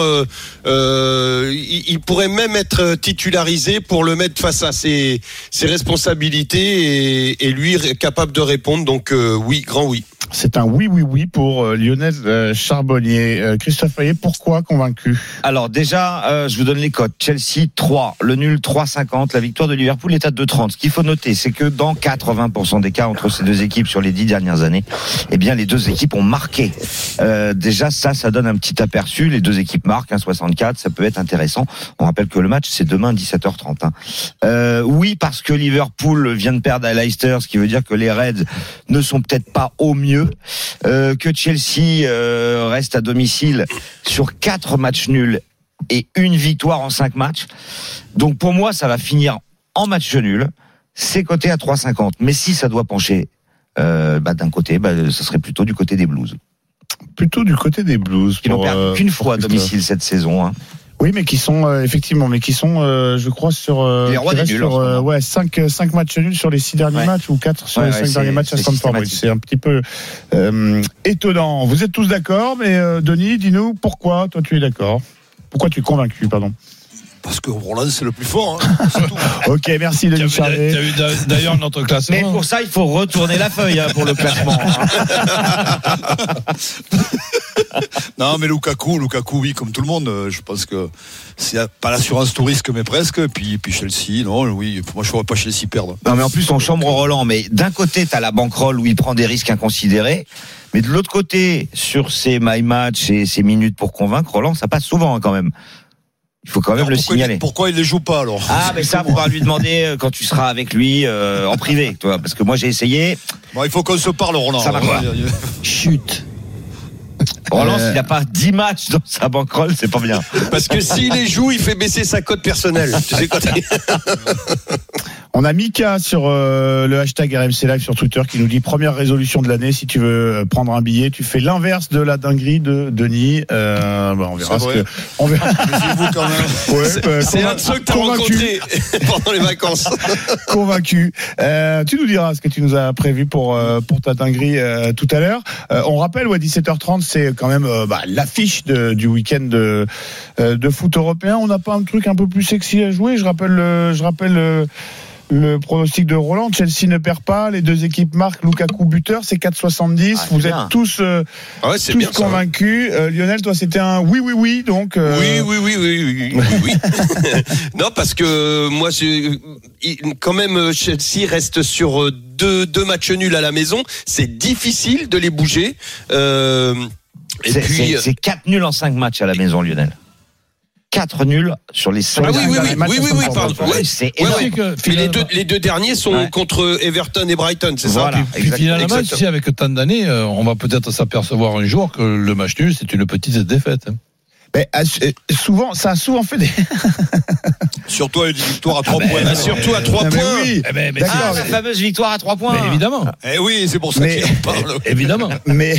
il pourrait même être titularisé pour le mettre face à ses responsabilités et lui capable de répondre. Donc oui, grand oui.
C'est un oui pour Lionel Charbonnier. Christophe Payet, pourquoi convaincu?
Alors déjà, je vous donne les cotes. Chelsea 3, le nul 3,50, la victoire de Liverpool est à 2,30. 17h30. Ce qu'il faut noter, c'est que dans 80% des cas entre ces deux équipes sur les 10 dernières années, eh bien, les deux équipes ont marqué. Déjà, ça donne un petit aperçu. Les deux équipes marquent, 64, ça peut être intéressant. On rappelle que le match, c'est demain 17h30. Oui, parce que Liverpool vient de perdre à Leicester, ce qui veut dire que les Reds ne sont peut-être pas au mieux, que Chelsea reste à domicile sur 4 matchs nuls et une victoire en 5 matchs. Donc pour moi, ça va finir en match nul. C'est coté à 3,50. Mais si ça doit pencher d'un côté, ça serait plutôt du côté des Blues.
Plutôt du côté des Blues.
Qui n'ont perdu qu'une fois à domicile cette saison.
Oui, mais qui sont effectivement, je crois sur
les rois des nuls.
5 matchs nuls sur les 6 derniers matchs ou 4 sur les 5 derniers matchs à Stamford Bridge. C'est un petit peu étonnant. Vous êtes tous d'accord, mais Denis, dis-nous pourquoi toi tu es d'accord. Pourquoi tu es convaincu, pardon?
Parce que Roland, c'est le plus fort. Hein, c'est tout.
Ok, merci Denis Charvet.
Tu as vu d'ailleurs notre classement.
Mais pour ça, il faut retourner la feuille pour le classement.
Non, mais Lukaku, oui, comme tout le monde. Je pense que c'est pas l'assurance tout risque, mais presque. Puis Chelsea, non, oui. Moi, je ne vois pas Chelsea perdre.
Non, mais en plus, on chambre Roland. Mais d'un côté, tu as la bankroll où il prend des risques inconsidérés. Mais de l'autre côté, sur ces my match et ces minutes pour convaincre, Roland, ça passe souvent quand même. Il faut quand même le signaler.
Pourquoi il les joue pas alors?
Ah, mais ça, on va lui demander quand tu seras avec lui en privé, toi, parce que moi j'ai essayé.
Bon, il faut qu'on se parle, Roland.
Ça marche pas.
Chut.
Roland, s'il n'a pas 10 matchs dans sa bankroll, c'est pas bien.
Parce que s'il les joue, il fait baisser sa cote personnelle. Tu sais quoi?
On a Mika sur le hashtag RMC Live sur Twitter qui nous dit première résolution de l'année, si tu veux prendre un billet, tu fais l'inverse de la dinguerie de Denis. On verra ce que. On verra.
Vous quand même.
C'est un de ceux que t'as rencontré pendant les vacances.
Convaincu. Tu nous diras ce que tu nous as prévu pour ta dinguerie tout à l'heure. On rappelle, 17h30, c'est quand même l'affiche du week-end de foot européen. On n'a pas un truc un peu plus sexy à jouer? Je rappelle le pronostic de Roland. Chelsea ne perd pas, les deux équipes marquent, Lukaku buteur, c'est 4,70. Vous êtes tous convaincus. Lionel, toi c'était un oui, donc
Oui. Non, parce que moi quand même Chelsea reste sur deux matchs nuls à la maison, c'est difficile de les bouger.
C'est 4 nuls en 5 matchs à la maison, Lionel. 4 nuls sur les 5
oui, pardon.
C'est
énorme. Mais les deux derniers sont contre Everton et Brighton, c'est ça?
Puis finalement, ici, avec tant d'années, on va peut-être s'apercevoir un jour que le match nul, c'est une petite défaite.
Mais ça a souvent fait des.
Surtout avec des victoires à 3 points.
Surtout à 3 points.
Oui.
La fameuse victoire à 3 points.
Mais évidemment.
Oui, c'est pour ça qu'il en parle.
Évidemment.
Mais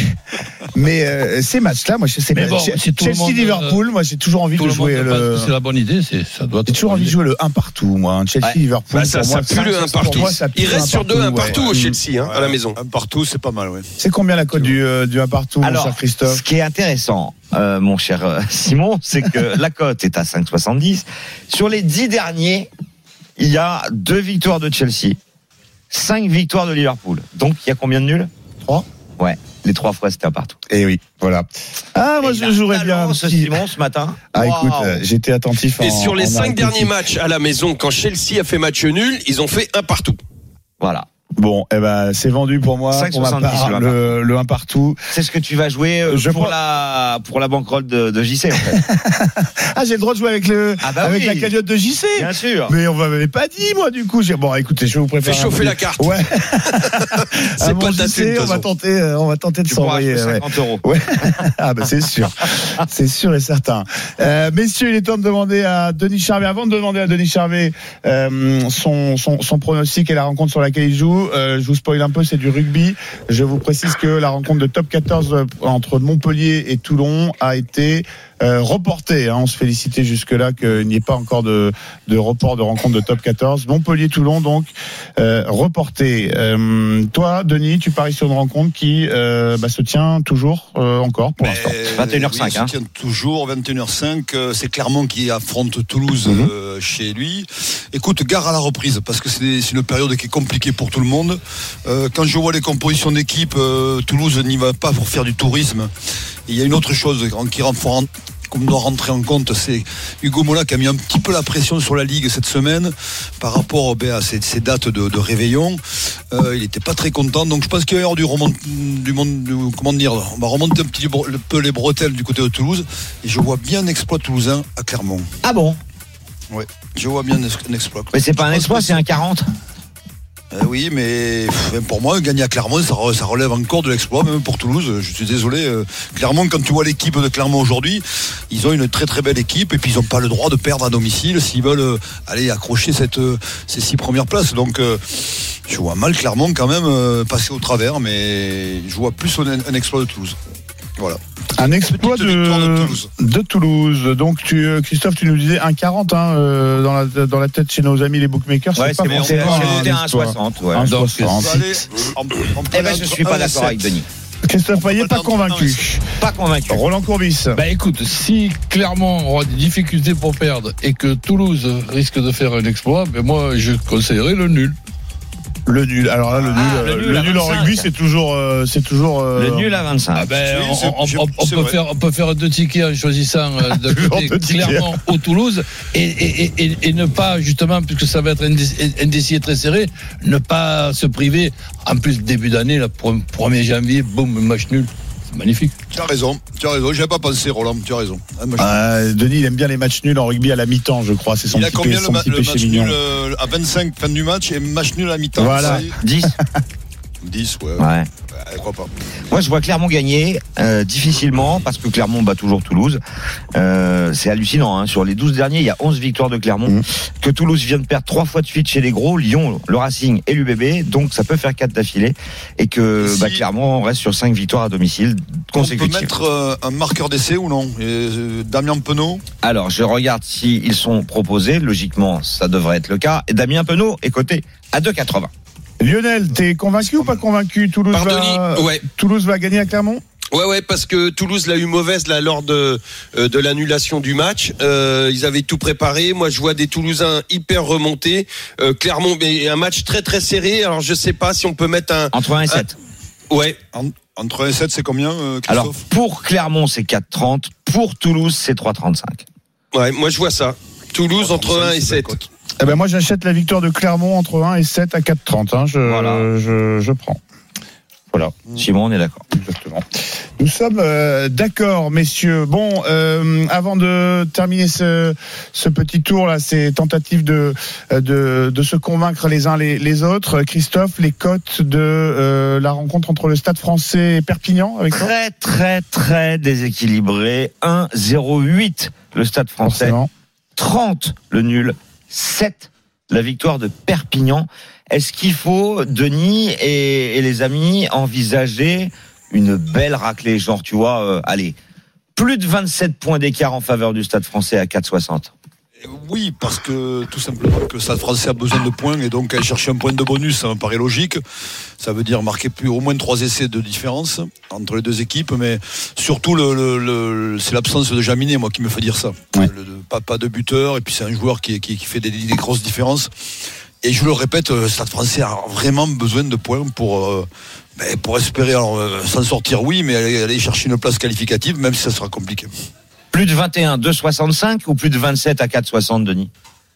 ces matchs-là, moi, Chelsea-Liverpool, moi, j'ai toujours envie de jouer le.
C'est la bonne idée, ça doit.
J'ai toujours envie de jouer le 1 partout, moi. Chelsea-Liverpool.
Ça pue le 1 partout. Il reste sur 2 1 partout au Chelsea, à la maison.
1 partout, c'est pas mal, ouais.
C'est combien la cote du 1 partout, mon cher Christophe?
Ce qui est intéressant, mon cher Simon, c'est que la cote est à 5,70. Sur les 10 derniers, il y a 2 victoires de Chelsea, 5 victoires de Liverpool. Donc, il y a combien de nuls? 3. Ouais, les 3 fois, c'était un partout.
Et oui, voilà. Moi, je jouerais bien.
Simon, ce matin.
Écoute, j'étais attentif.
Et sur les 5 derniers matchs à la maison, quand Chelsea a fait match nul, ils ont fait 1 partout.
Voilà.
Bon, c'est vendu pour moi.
5,70
le 1 partout.
C'est ce que tu vas jouer pour la bankroll de JC, en fait.
J'ai le droit de jouer avec la cagnotte de JC.
Bien sûr.
Mais on m'avait pas dit, moi, du coup. Bon, écoutez, je vais vous préparer.
Fais chauffer la carte.
Ouais.
C'est pas ta thune,
on va tenter de s'envoyer.
50 €.
Ouais. C'est sûr. C'est sûr et certain. Messieurs, il est temps de demander à Denis Charvet, avant de demander à Denis Charvet, son pronostic et la rencontre sur laquelle il joue. Je vous spoil un peu, c'est du rugby. Je vous précise que la rencontre de top 14 entre Montpellier et Toulon a été reportée. On se félicitait jusque-là qu'il n'y ait pas encore de report de rencontre de top 14. Montpellier-Toulon, donc, reporté. Toi, Denis, tu paries sur une rencontre qui se tient toujours encore pour l'instant.
21h05.
Oui, se tient toujours 21h05. C'est Clermont qui affronte Toulouse chez lui. Écoute, gare à la reprise, parce que c'est une période qui est compliquée pour tout le monde. Quand je vois les compositions d'équipe, Toulouse n'y va pas pour faire du tourisme. Il y a une autre chose qui rend qu'on doit rentrer en compte, c'est Hugo Mola qui a mis un petit peu la pression sur la Ligue cette semaine par rapport à ces dates de réveillon. Il n'était pas très content, donc je pense qu'il va y avoir on va remonter un petit peu les bretelles du côté de Toulouse, et je vois bien un exploit toulousain à Clermont.
Ah bon?
Ouais, je vois bien un exploit.
Mais c'est pas un exploit, c'est un 40.
Oui, mais pour moi, gagner à Clermont, ça relève encore de l'exploit, même pour Toulouse. Je suis désolé. Clermont, quand tu vois l'équipe de Clermont aujourd'hui, ils ont une très très belle équipe, et puis ils n'ont pas le droit de perdre à domicile s'ils veulent aller accrocher ces 6 premières places. Donc, je vois mal Clermont quand même passer au travers, mais je vois plus un exploit de Toulouse. Voilà.
Un exploit de Toulouse. Donc, Christophe, tu nous disais 1,40 dans la tête chez nos amis les bookmakers.
Ouais, c'est bon, c'est monté à 1,60. Ouais.
1,60.
Eh ben, je suis pas d'accord avec Denis.
Christophe Payet, pas convaincu.
Pas convaincu.
Roland Courbis.
Écoute, si Clermont aura des difficultés pour perdre et que Toulouse risque de faire un exploit, moi, je conseillerais le nul.
Le nul. Alors là, le nul en rugby, c'est toujours.
Le nul à 25.
On peut faire 2 tickets en choisissant de côté Clermont ou Toulouse et ne pas, justement, puisque ça va être indécis et très serré, ne pas se priver. En plus, début d'année, le 1er janvier, boum, match nul. Magnifique.
Tu as raison, j'y avais pas pensé, Roland, tu as raison.
Denis, il aime bien les matchs nuls en rugby à la mi-temps, je crois. C'est son
il a combien le match
mignon.
Nul à 25 fin du match et match nul à mi-temps?
Voilà,
10.
10,
ouais.
Pourquoi pas.
Moi, je vois Clermont gagner difficilement, parce que Clermont bat toujours Toulouse. C'est hallucinant, sur les 12 derniers, il y a 11 victoires de Clermont. Que Toulouse vient de perdre 3 fois de suite chez les gros, Lyon, le Racing et l'UBB, donc ça peut faire 4 d'affilée, et que Clermont reste sur 5 victoires à domicile consécutives.
On peut mettre un marqueur d'essai ou non? Damien Penaud?
Alors, je regarde s'ils sont proposés, logiquement ça devrait être le cas, et Damien Penaud est coté à 2,80.
Lionel, t'es convaincu ou pas convaincu? Toulouse va gagner à Clermont?
Ouais, parce que Toulouse l'a eu mauvaise là lors de l'annulation du match. Ils avaient tout préparé. Moi, je vois des Toulousains hyper remontés. Clermont, mais un match très très serré. Alors, je sais pas si on peut mettre
entre 1 et 7.
Ouais.
Entre 1 et 7, c'est combien, Christophe?
Alors, pour Clermont, c'est 4,30. Pour Toulouse, c'est 3,35.
Ouais, moi, je vois ça. Toulouse entre 1 et 7.
Moi, j'achète la victoire de Clermont entre 1 et 7 à 4,30. Je prends. Voilà.
Simon, on est d'accord.
Exactement. Nous sommes d'accord, messieurs. Bon, avant de terminer ce petit tour là, ces tentatives de se convaincre les uns les autres. Christophe, les cotes de la rencontre entre le Stade Français et Perpignan avec toi?
Très très très déséquilibré. 1,08 le Stade Français.
Forcément.
30 le nul. 7 la victoire de Perpignan. Est-ce qu'il faut, Denis et les amis, envisager une belle raclée, genre tu vois, plus de 27 points d'écart en faveur du Stade Français à 4,60?
Oui, parce que tout simplement que le Stade Français a besoin de points, et donc aller chercher un point de bonus, ça me paraît logique. Ça veut dire marquer au moins 3 essais de différence entre les deux équipes, mais surtout c'est l'absence de Jaminet, moi, qui me fait dire ça.
Ouais.
Pas de buteur, et puis c'est un joueur qui fait des grosses différences. Et je le répète, le Stade Français a vraiment besoin de points pour espérer s'en sortir, oui, mais aller chercher une place qualificative, même si ça sera compliqué.
Plus de 21, 2,65 ou plus de 27 à 4,60, Denis?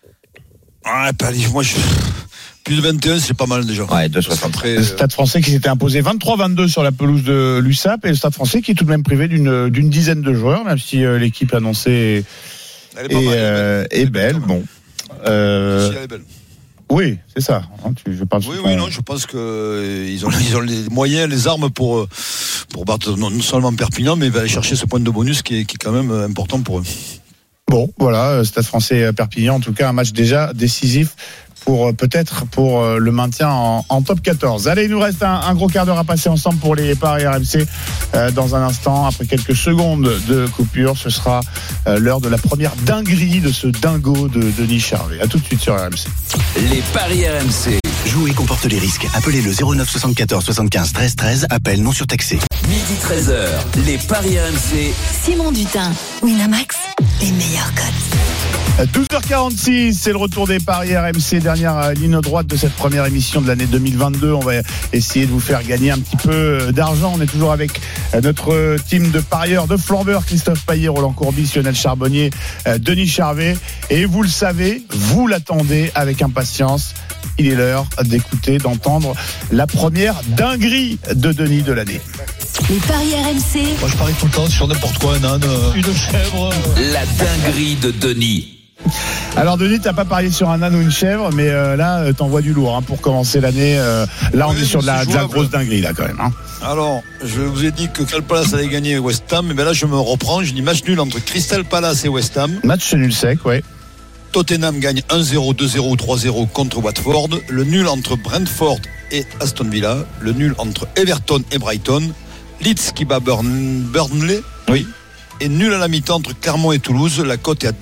Plus de 21, c'est pas mal déjà.
Ouais, 2,63.
Le Stade Français qui s'était imposé 23-22 sur la pelouse de l'USAP, et le Stade Français qui est tout de même privé d'une dizaine de joueurs, même si l'équipe annoncée est belle. Bon.
Si elle est belle.
Oui, c'est ça. Je pense
je pense qu'ils ont les moyens, les armes pour battre non seulement Perpignan, mais aller chercher ce point de bonus qui est quand même important pour eux.
Bon, voilà, Stade Français Perpignan, en tout cas un match déjà décisif peut-être pour le maintien en top 14. Allez, il nous reste un gros quart d'heure à passer ensemble pour les paris RMC. Dans un instant, après quelques secondes de coupure, ce sera l'heure de la première dinguerie de ce dingo de Denis Charvet. À tout de suite sur RMC.
Les paris RMC.
Jouer comporte les risques. Appelez le 09 74 75 13 13. Appel non surtaxé.
Midi 13h, les paris RMC.
Simon Dutin, Winamax, les meilleurs codes.
12h46, c'est le retour des paris RMC, dernière ligne droite de cette première émission de l'année 2022. On va essayer de vous faire gagner un petit peu d'argent. On est toujours avec notre team de parieurs, de flambeurs, Christophe Payet, Roland Courbis, Lionel Charbonnier, Denis Charvet. Et vous le savez, vous l'attendez avec impatience. Il est l'heure d'écouter, d'entendre la première dinguerie de Denis de l'année.
Les paris RMC.
Moi, je parie tout le temps sur n'importe quoi, un âne, une chèvre.
La dinguerie de Denis.
Alors Denis, t'as pas parié sur un âne ou une chèvre, mais là t'envoies du lourd pour commencer l'année. Là on est sur de la grosse dinguerie là quand même.
Alors, je vous ai dit que Crystal Palace allait gagner West Ham, mais là je me reprends, je dis match nul entre Crystal Palace et West Ham.
Match nul sec, ouais.
Tottenham gagne 1-0, 2-0 ou 3-0 contre Watford. Le nul entre Brentford et Aston Villa. Le nul entre Everton et Brighton. Leeds qui bat Burnley.
Oui.
Et nul à la mi-temps entre Clermont et Toulouse. La cote est à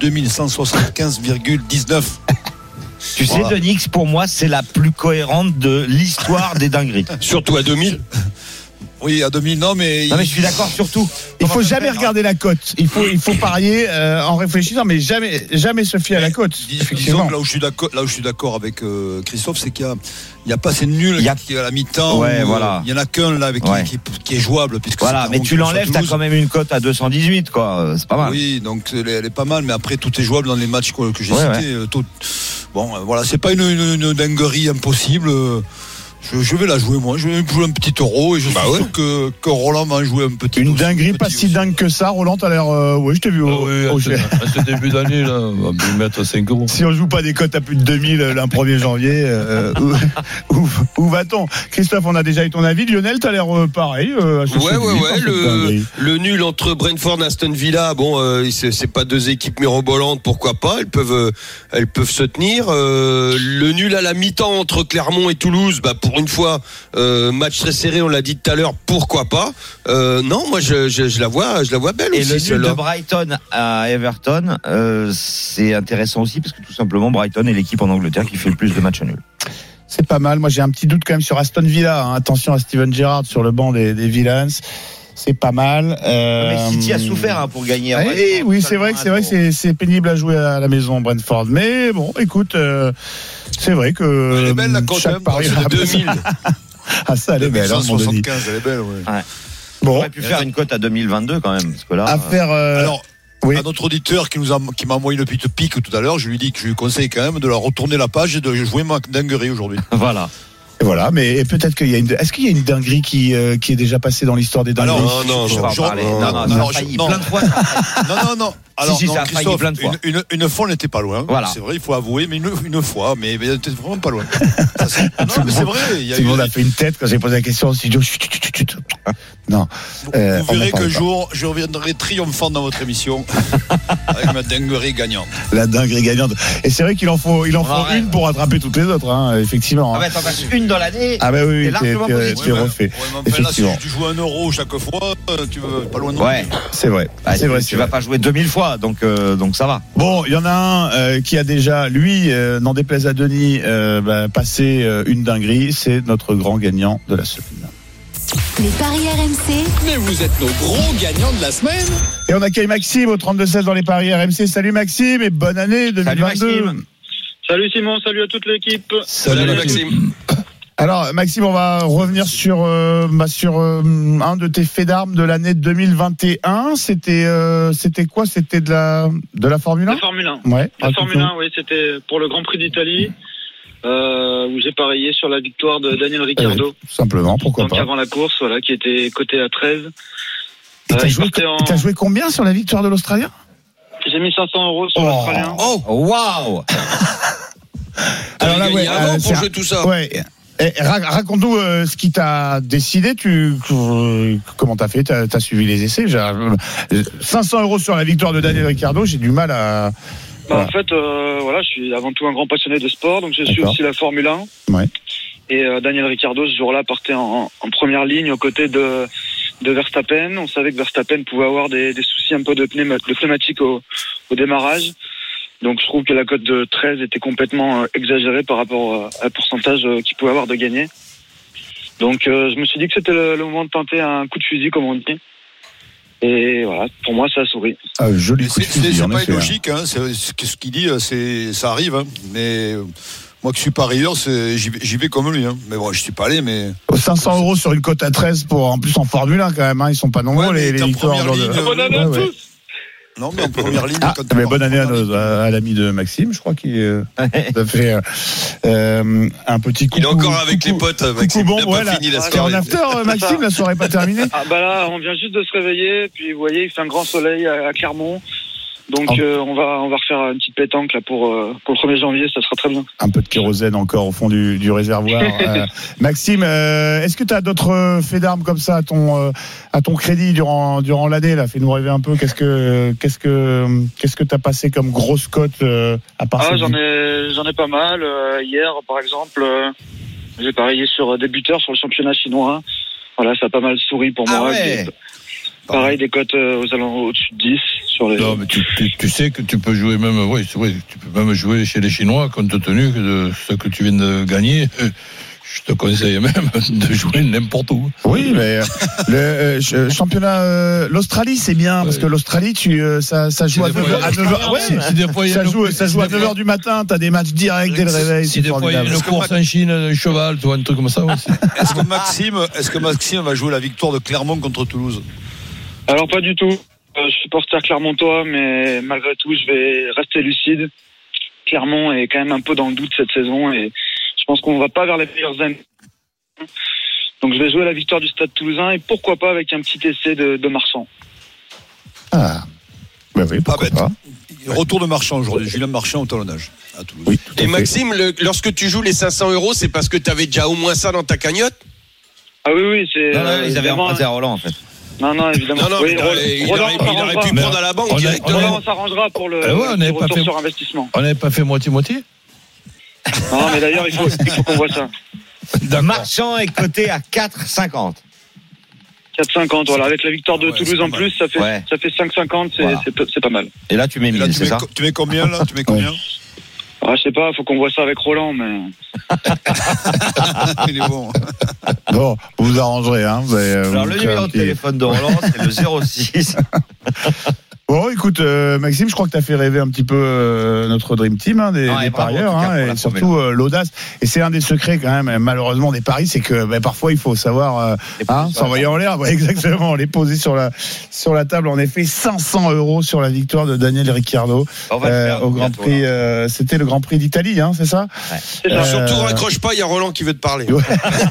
2175,19.
Tu sais, Denis, pour moi, c'est la plus cohérente de l'histoire des dingueries.
Surtout à 2000.
Oui, à 2000, non, mais
je suis d'accord sur tout.
Il faut jamais regarder la cote. Il faut parier en réfléchissant, mais jamais se fier à la cote.
Disons que là où je suis d'accord avec Christophe, c'est qu'il y a pas assez de nuls qui à la mi-temps.
Ouais, voilà.
Il y en a qu'un là avec qui est jouable, puisque
voilà. Mais tu l'enlèves, t'as quand même une cote à 218, quoi. C'est pas mal.
Oui, donc elle est pas mal, mais après tout est jouable dans les matchs que j'ai cités. Ouais. Bon, voilà, c'est pas une dinguerie impossible. Je vais la jouer, moi. Je vais jouer un petit euro et je suis sûr que Roland va jouer un petit.
Une dinguerie pas si dingue que ça. Roland, t'as l'air. Oui, je t'ai vu au
à ce début d'année, là, on va lui mettre 5 euros.
Si on joue pas des cotes à plus de 2000 le 1er janvier, où va-t-on? Christophe, on a déjà eu ton avis. Lionel, t'as l'air pareil.
Le nul entre Brentford et Aston Villa, bon, c'est pas deux équipes mirobolantes, pourquoi pas? Elles peuvent se tenir. Le nul à la mi-temps entre Clermont et Toulouse, pour une fois, match très serré, on l'a dit tout à l'heure, pourquoi pas? Non, moi je la vois belle
et
aussi.
Et le nul de Brighton à Everton, c'est intéressant aussi parce que tout simplement Brighton est l'équipe en Angleterre qui fait le plus de matchs nuls.
C'est pas mal. Moi j'ai un petit doute quand même sur Aston Villa. Attention à Steven Gerrard sur le banc des Villains. C'est pas mal.
Mais City a souffert pour gagner.
Oui, c'est vrai que c'est pénible à jouer à la maison, Brentford. Mais bon, écoute, c'est vrai que
elle est belle la cote,
chaque pari
de 2000.
Ah ça, elle est belle.
175, elle est belle. Ouais.
Bon, on aurait pu faire une cote à 2022 quand même, parce que là.
À faire.
Alors. Oui. À notre auditeur qui m'a envoyé une petite pique tout à l'heure, je lui dis que je lui conseille quand même de la retourner la page et de jouer ma dinguerie aujourd'hui.
Voilà.
Et voilà, mais peut-être qu'il y a est-ce qu'il y a une dinguerie qui est déjà passée dans l'histoire des dingueries?
Non, plein de fois.
Non. Alors,
ça a failli plein de fois.
Une fois, on n'était pas loin.
Voilà.
C'est vrai, il faut avouer, mais une fois, mais on était vraiment pas loin. Non, mais c'est vrai.
Tout le monde a fait une tête quand j'ai posé la question au studio. Non.
Vous verrez qu'un jour, je reviendrai triomphant dans votre émission avec ma dinguerie gagnante.
La dinguerie gagnante. Et c'est vrai qu'il en faut une pour rattraper toutes les autres, effectivement.
Ah bah t'en passes une dans l'année.
Ah bah oui,
t'es
refait.
Effectivement. Là, si tu joues 1 euro chaque fois, tu vas pas loin de
Ouais, c'est vrai. C'est vrai.
Tu vas pas jouer 2000 fois, donc ça va.
Bon, il y en a un qui a déjà, lui, n'en déplaise à Denis, passé une dinguerie. C'est notre grand gagnant de la semaine.
Les paris RMC.
Mais vous êtes nos gros gagnants de la semaine.
Et on accueille Maxime au 32-16 dans les paris RMC. Salut Maxime et bonne année 2022.
Salut Simon, salut à toute l'équipe.
Salut Maxime.
Alors Maxime, on va revenir sur un de tes faits d'armes de l'année 2021. C'était quoi? C'était de la Formule 1?
La Formule 1.
Ouais.
La Formule 1, oui, c'était pour le Grand Prix d'Italie. Où j'ai parié sur la victoire de Daniel Ricciardo.
Tout simplement, pourquoi pas.
Avant la course, voilà, qui était coté à 13.
T'as joué combien sur la victoire de l'Australien?
J'ai mis 500 € sur l'Australien.
Oh, waouh!
Alors là, avant pour jouer tout ça.
Ouais. Raconte-nous ce qui t'a décidé. Comment t'as fait? T'as suivi les essais? 500 € sur la victoire de Daniel Ricciardo. J'ai du mal à.
Voilà. En fait, je suis avant tout un grand passionné de sport, donc je suis aussi la Formule 1.
Ouais.
Et Daniel Ricciardo, ce jour-là, partait en première ligne aux côtés de Verstappen. On savait que Verstappen pouvait avoir des soucis un peu de pneumatique au démarrage.
Donc je trouve que la cote de 13 était complètement exagérée par rapport à pourcentage qu'il pouvait avoir de gagner. Donc je me suis dit que c'était le moment de tenter un coup de fusil, comme on dit. Et voilà, pour moi, ça a souri.
Joli coup de fusil.
C'est pas illogique, hein. Ce qu'il dit, ça arrive. Hein. Mais moi qui suis parieur, j'y vais comme lui. Hein. Mais bon, je suis pas allé. Mais
500 € sur une cote à 13 pour en plus en Formule 1 quand même. Hein. Ils sont pas nombreux les victoires.
Bonne année à tous.
Non, mais en première ligne.
Mais bonne année à l'ami de Maxime, je crois qu'il a fait un petit coup.
Il est encore avec les potes, Maxime.
Bon,
il n'a pas fini la soirée.
En after, Maxime, la soirée n'est pas terminée.
Ah bah là, on vient juste de se réveiller, puis vous voyez, il fait un grand soleil à Clermont. Donc on va refaire une petite pétanque là pour le 1er janvier, ça sera très bien. Un peu de kérosène encore au fond du réservoir. Maxime, est-ce que tu as d'autres faits d'armes comme ça à ton crédit durant l'année là? Fais-nous rêver un peu. Qu'est-ce que tu as passé comme grosse cote à part ça? J'en ai pas mal. Hier par exemple, j'ai parié sur des buteurs sur le championnat chinois. Voilà, ça a pas mal souri pour moi. Ouais. Pareil, des cotes au-dessus de 10 sur les.
Non, mais tu sais que tu peux jouer même, oui, c'est vrai, tu peux même jouer chez les Chinois compte tenu de ce que tu viens de gagner. Je te conseille même de jouer n'importe où. Oui, mais le championnat, l'Australie, c'est bien parce que l'Australie, ça joue à 9h. Ouais, ça joue à 9h du matin. T'as des matchs directs dès le réveil. Si des fois il y a une course en Chine, un cheval, tu vois, un truc comme ça aussi.
Est-ce que Maxime va jouer la victoire de Clermont contre Toulouse?
Alors pas du tout. Je suis supporter clermontois, mais malgré tout, je vais rester lucide. Clermont est quand même un peu dans le doute cette saison et je pense qu'on va pas vers les meilleures années. Donc je vais jouer la victoire du Stade Toulousain et pourquoi pas avec un petit essai de Marchand.
Ah, ben oui, pourquoi pas.
Retour de Marchand aujourd'hui, Julien Marchand au talonnage à Toulouse.
Oui, et Maxime, lorsque tu joues les 500 €, c'est parce que tu avais déjà au moins ça dans ta cagnotte?
Ah oui, c'est.
Ils avaient emprunté à Roland en fait.
Non, évidemment.
Non, oui, il aurait pu prendre à la banque directement.
Roland s'arrangera pour le retour sur investissement.
On n'avait pas fait moitié-moitié?
Non, mais d'ailleurs, il faut qu'on voit ça.
Marchand est coté à 4,50.
4,50, voilà. Avec la victoire de Toulouse en plus, ça fait 5,50, c'est pas mal.
Et là, tu mets 1000, c'est ça?
Tu mets combien, là?
Je sais pas, faut qu'on voit ça avec Roland, mais.
Il est bon.
Bon, vous vous arrangerez, hein.
Alors, le numéro de téléphone de Roland, c'est le 06.
Bon, écoute, Maxime, je crois que tu as fait rêver un petit peu notre Dream Team, hein, des parieurs, hein, et surtout l'audace. Et c'est un des secrets quand même, malheureusement, des paris, c'est que parfois il faut savoir s'envoyer en l'air. Ouais, exactement, les poser sur la table. En effet, 500 € sur la victoire de Daniel Ricciardo au Grand Prix. C'était le Grand Prix d'Italie, hein, c'est ça?
Ouais. Surtout raccroche pas, il y a Roland qui veut te parler.
Ouais.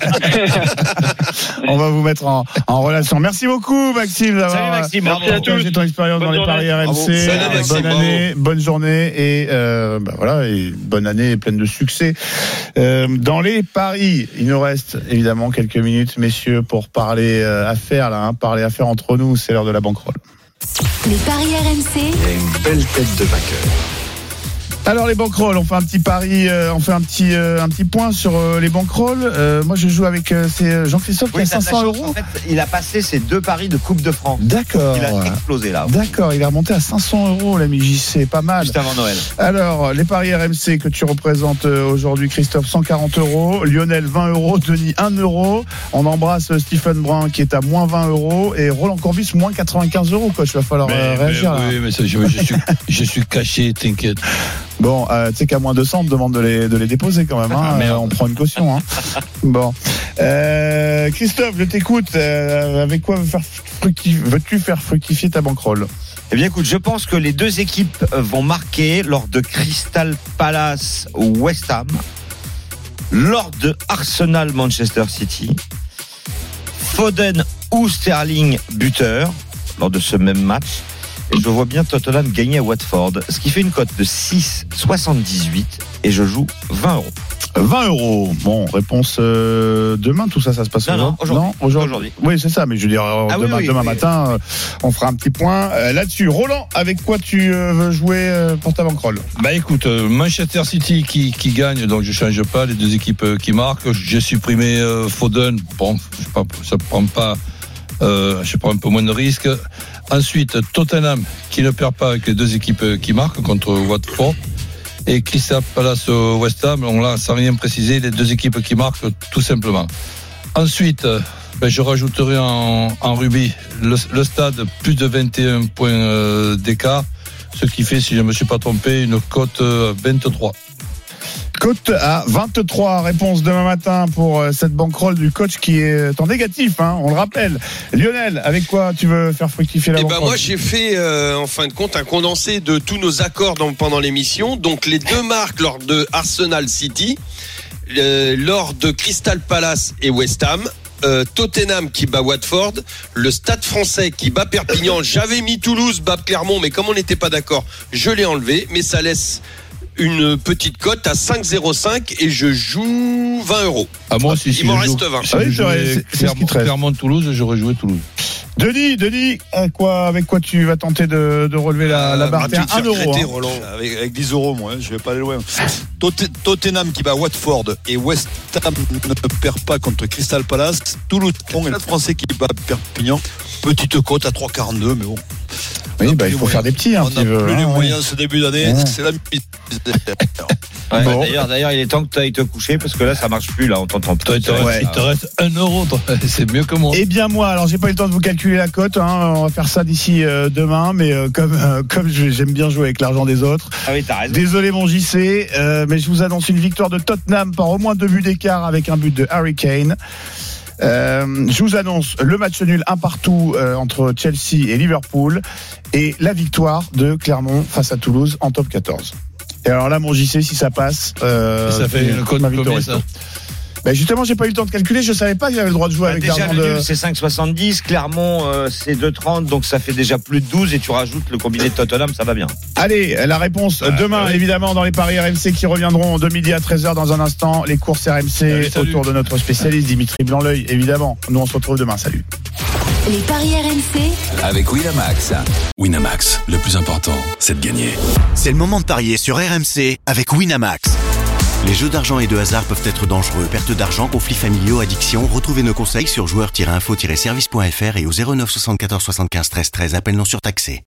On va vous mettre en relation. Merci beaucoup, Maxime, d'avoir partagé ton expérience dans les paris RMC. Bonne année, bonne journée et voilà, et bonne année pleine de succès. Dans les paris, il nous reste évidemment quelques minutes, messieurs, pour parler affaires là, parler affaires entre nous. C'est l'heure de la banquerolle.
Les paris RMC.
Il y a une belle tête de vainqueur.
Alors les banquerolles, on fait un petit pari, on fait un petit point sur les banquerolles. Moi je joue avec c'est Jean-Christophe qui a 500 €.
En fait, il a passé ses 2 paris de Coupe de France.
D'accord.
Il a explosé là.
D'accord, il est remonté à 500 €, l'ami JC, pas mal.
Juste avant Noël.
Alors les paris RMC que tu représentes aujourd'hui, Christophe, 140 €, Lionel 20 €, Denis 1 €. On embrasse Stephen Brun qui est à moins 20 € et Roland Courbis moins 95 €. Coach, il va falloir réagir.
Oui, mais ça, je suis caché, t'inquiète.
Bon, tu sais qu'à moins 200, on te demande de les déposer quand même. Hein. On prend une caution. Hein. Bon, Christophe, je t'écoute. Avec quoi veux-tu faire fructifier ta banquerolle?
Eh bien, écoute, je pense que les 2 équipes vont marquer lors de Crystal Palace West Ham, lors de Arsenal Manchester City, Foden ou Sterling buteur lors de ce même match. Et je vois bien Tottenham gagner à Watford, ce qui fait une cote de 6,78 et je joue 20 €.
20 €. Bon, réponse demain, tout ça se passe
aujourd'hui.
Oui, c'est ça, mais je veux dire, demain matin, on fera un petit point là-dessus. Roland, avec quoi tu veux jouer pour ta banquerolle?
Écoute, Manchester City qui gagne, donc je change pas, les 2 équipes qui marquent. J'ai supprimé Foden, bon, ça prend pas. Je prends un peu moins de risques. Ensuite, Tottenham qui ne perd pas avec les deux équipes qui marquent contre Watford. Et Crystal Palace West Ham, on l'a sans rien préciser, les deux équipes qui marquent tout simplement. Ensuite, je rajouterai en rugby le stade plus de 21 points d'écart, ce qui fait, si je ne me suis pas trompé, une cote 23.
Cote à 23, réponse demain matin pour cette bankroll du coach qui est en négatif, on le rappelle. Lionel, avec quoi tu veux faire fructifier la bankroll ?
Moi j'ai fait en fin de compte un condensé de tous nos accords pendant l'émission. Donc les deux marques lors de Arsenal City, lors de Crystal Palace et West Ham, Tottenham qui bat Watford, le Stade Français qui bat Perpignan. J'avais mis Toulouse bat Clermont, mais comme on n'était pas d'accord, je l'ai enlevé, mais ça laisse une petite cote à 5,05 et je joue 20 €.
Ah, moi aussi,
il m'en reste 20.
Clermont-Toulouse, j'aurais joué Toulouse.
Denis, avec quoi tu vas tenter de relever la barre?
T'es 1 euro. Roland. Avec 10 €, moi, je vais pas aller loin. Tottenham qui bat Watford et West Ham ne perd pas contre Crystal Palace. Toulouse et le Français qui bat Perpignan. Petite cote à 3,42, mais bon.
Oui, il faut faire des petits.
On n'a plus les moyens ce début d'année, c'est la mise.
D'ailleurs, il est temps que tu ailles te coucher parce que là, ça marche plus. Là, on t'entend plus.
Il te reste 1 €, c'est mieux que moi.
Eh bien, moi, alors j'ai pas eu le temps de vous calculer la cote. On va faire ça d'ici demain, mais comme j'aime bien jouer avec l'argent des autres.
Ah oui, t'as raison.
Désolé, mon JC, mais je vous annonce une victoire de Tottenham par au moins 2 buts d'écart avec un but de Harry Kane. Je vous annonce le match nul 1-1 entre Chelsea et Liverpool et la victoire de Clermont face à Toulouse en top 14. Et alors là, mon JC, si ça passe,
ça fait une cote combien ça ?
Justement, j'ai pas eu le temps de calculer. Je savais pas qu'il avait le droit de jouer avec l'argent de.
C'est 5,70. Clermont, c'est 2,30. Donc ça fait déjà plus de 12. Et tu rajoutes le combiné de Tottenham, ça va bien.
Allez, la réponse demain, évidemment, dans les paris RMC qui reviendront de midi à 13h dans un instant. Les courses RMC autour de notre spécialiste Dimitri Blanc-L'œil, évidemment. Nous, on se retrouve demain. Salut.
Les paris RMC
avec Winamax.
Winamax, le plus important, c'est de gagner.
C'est le moment de parier sur RMC avec Winamax. Les jeux d'argent et de hasard peuvent être dangereux. Perte d'argent, conflits familiaux, addiction. Retrouvez nos conseils sur joueurs-info-service.fr et au 09 74 75 13 13. Appel non surtaxé.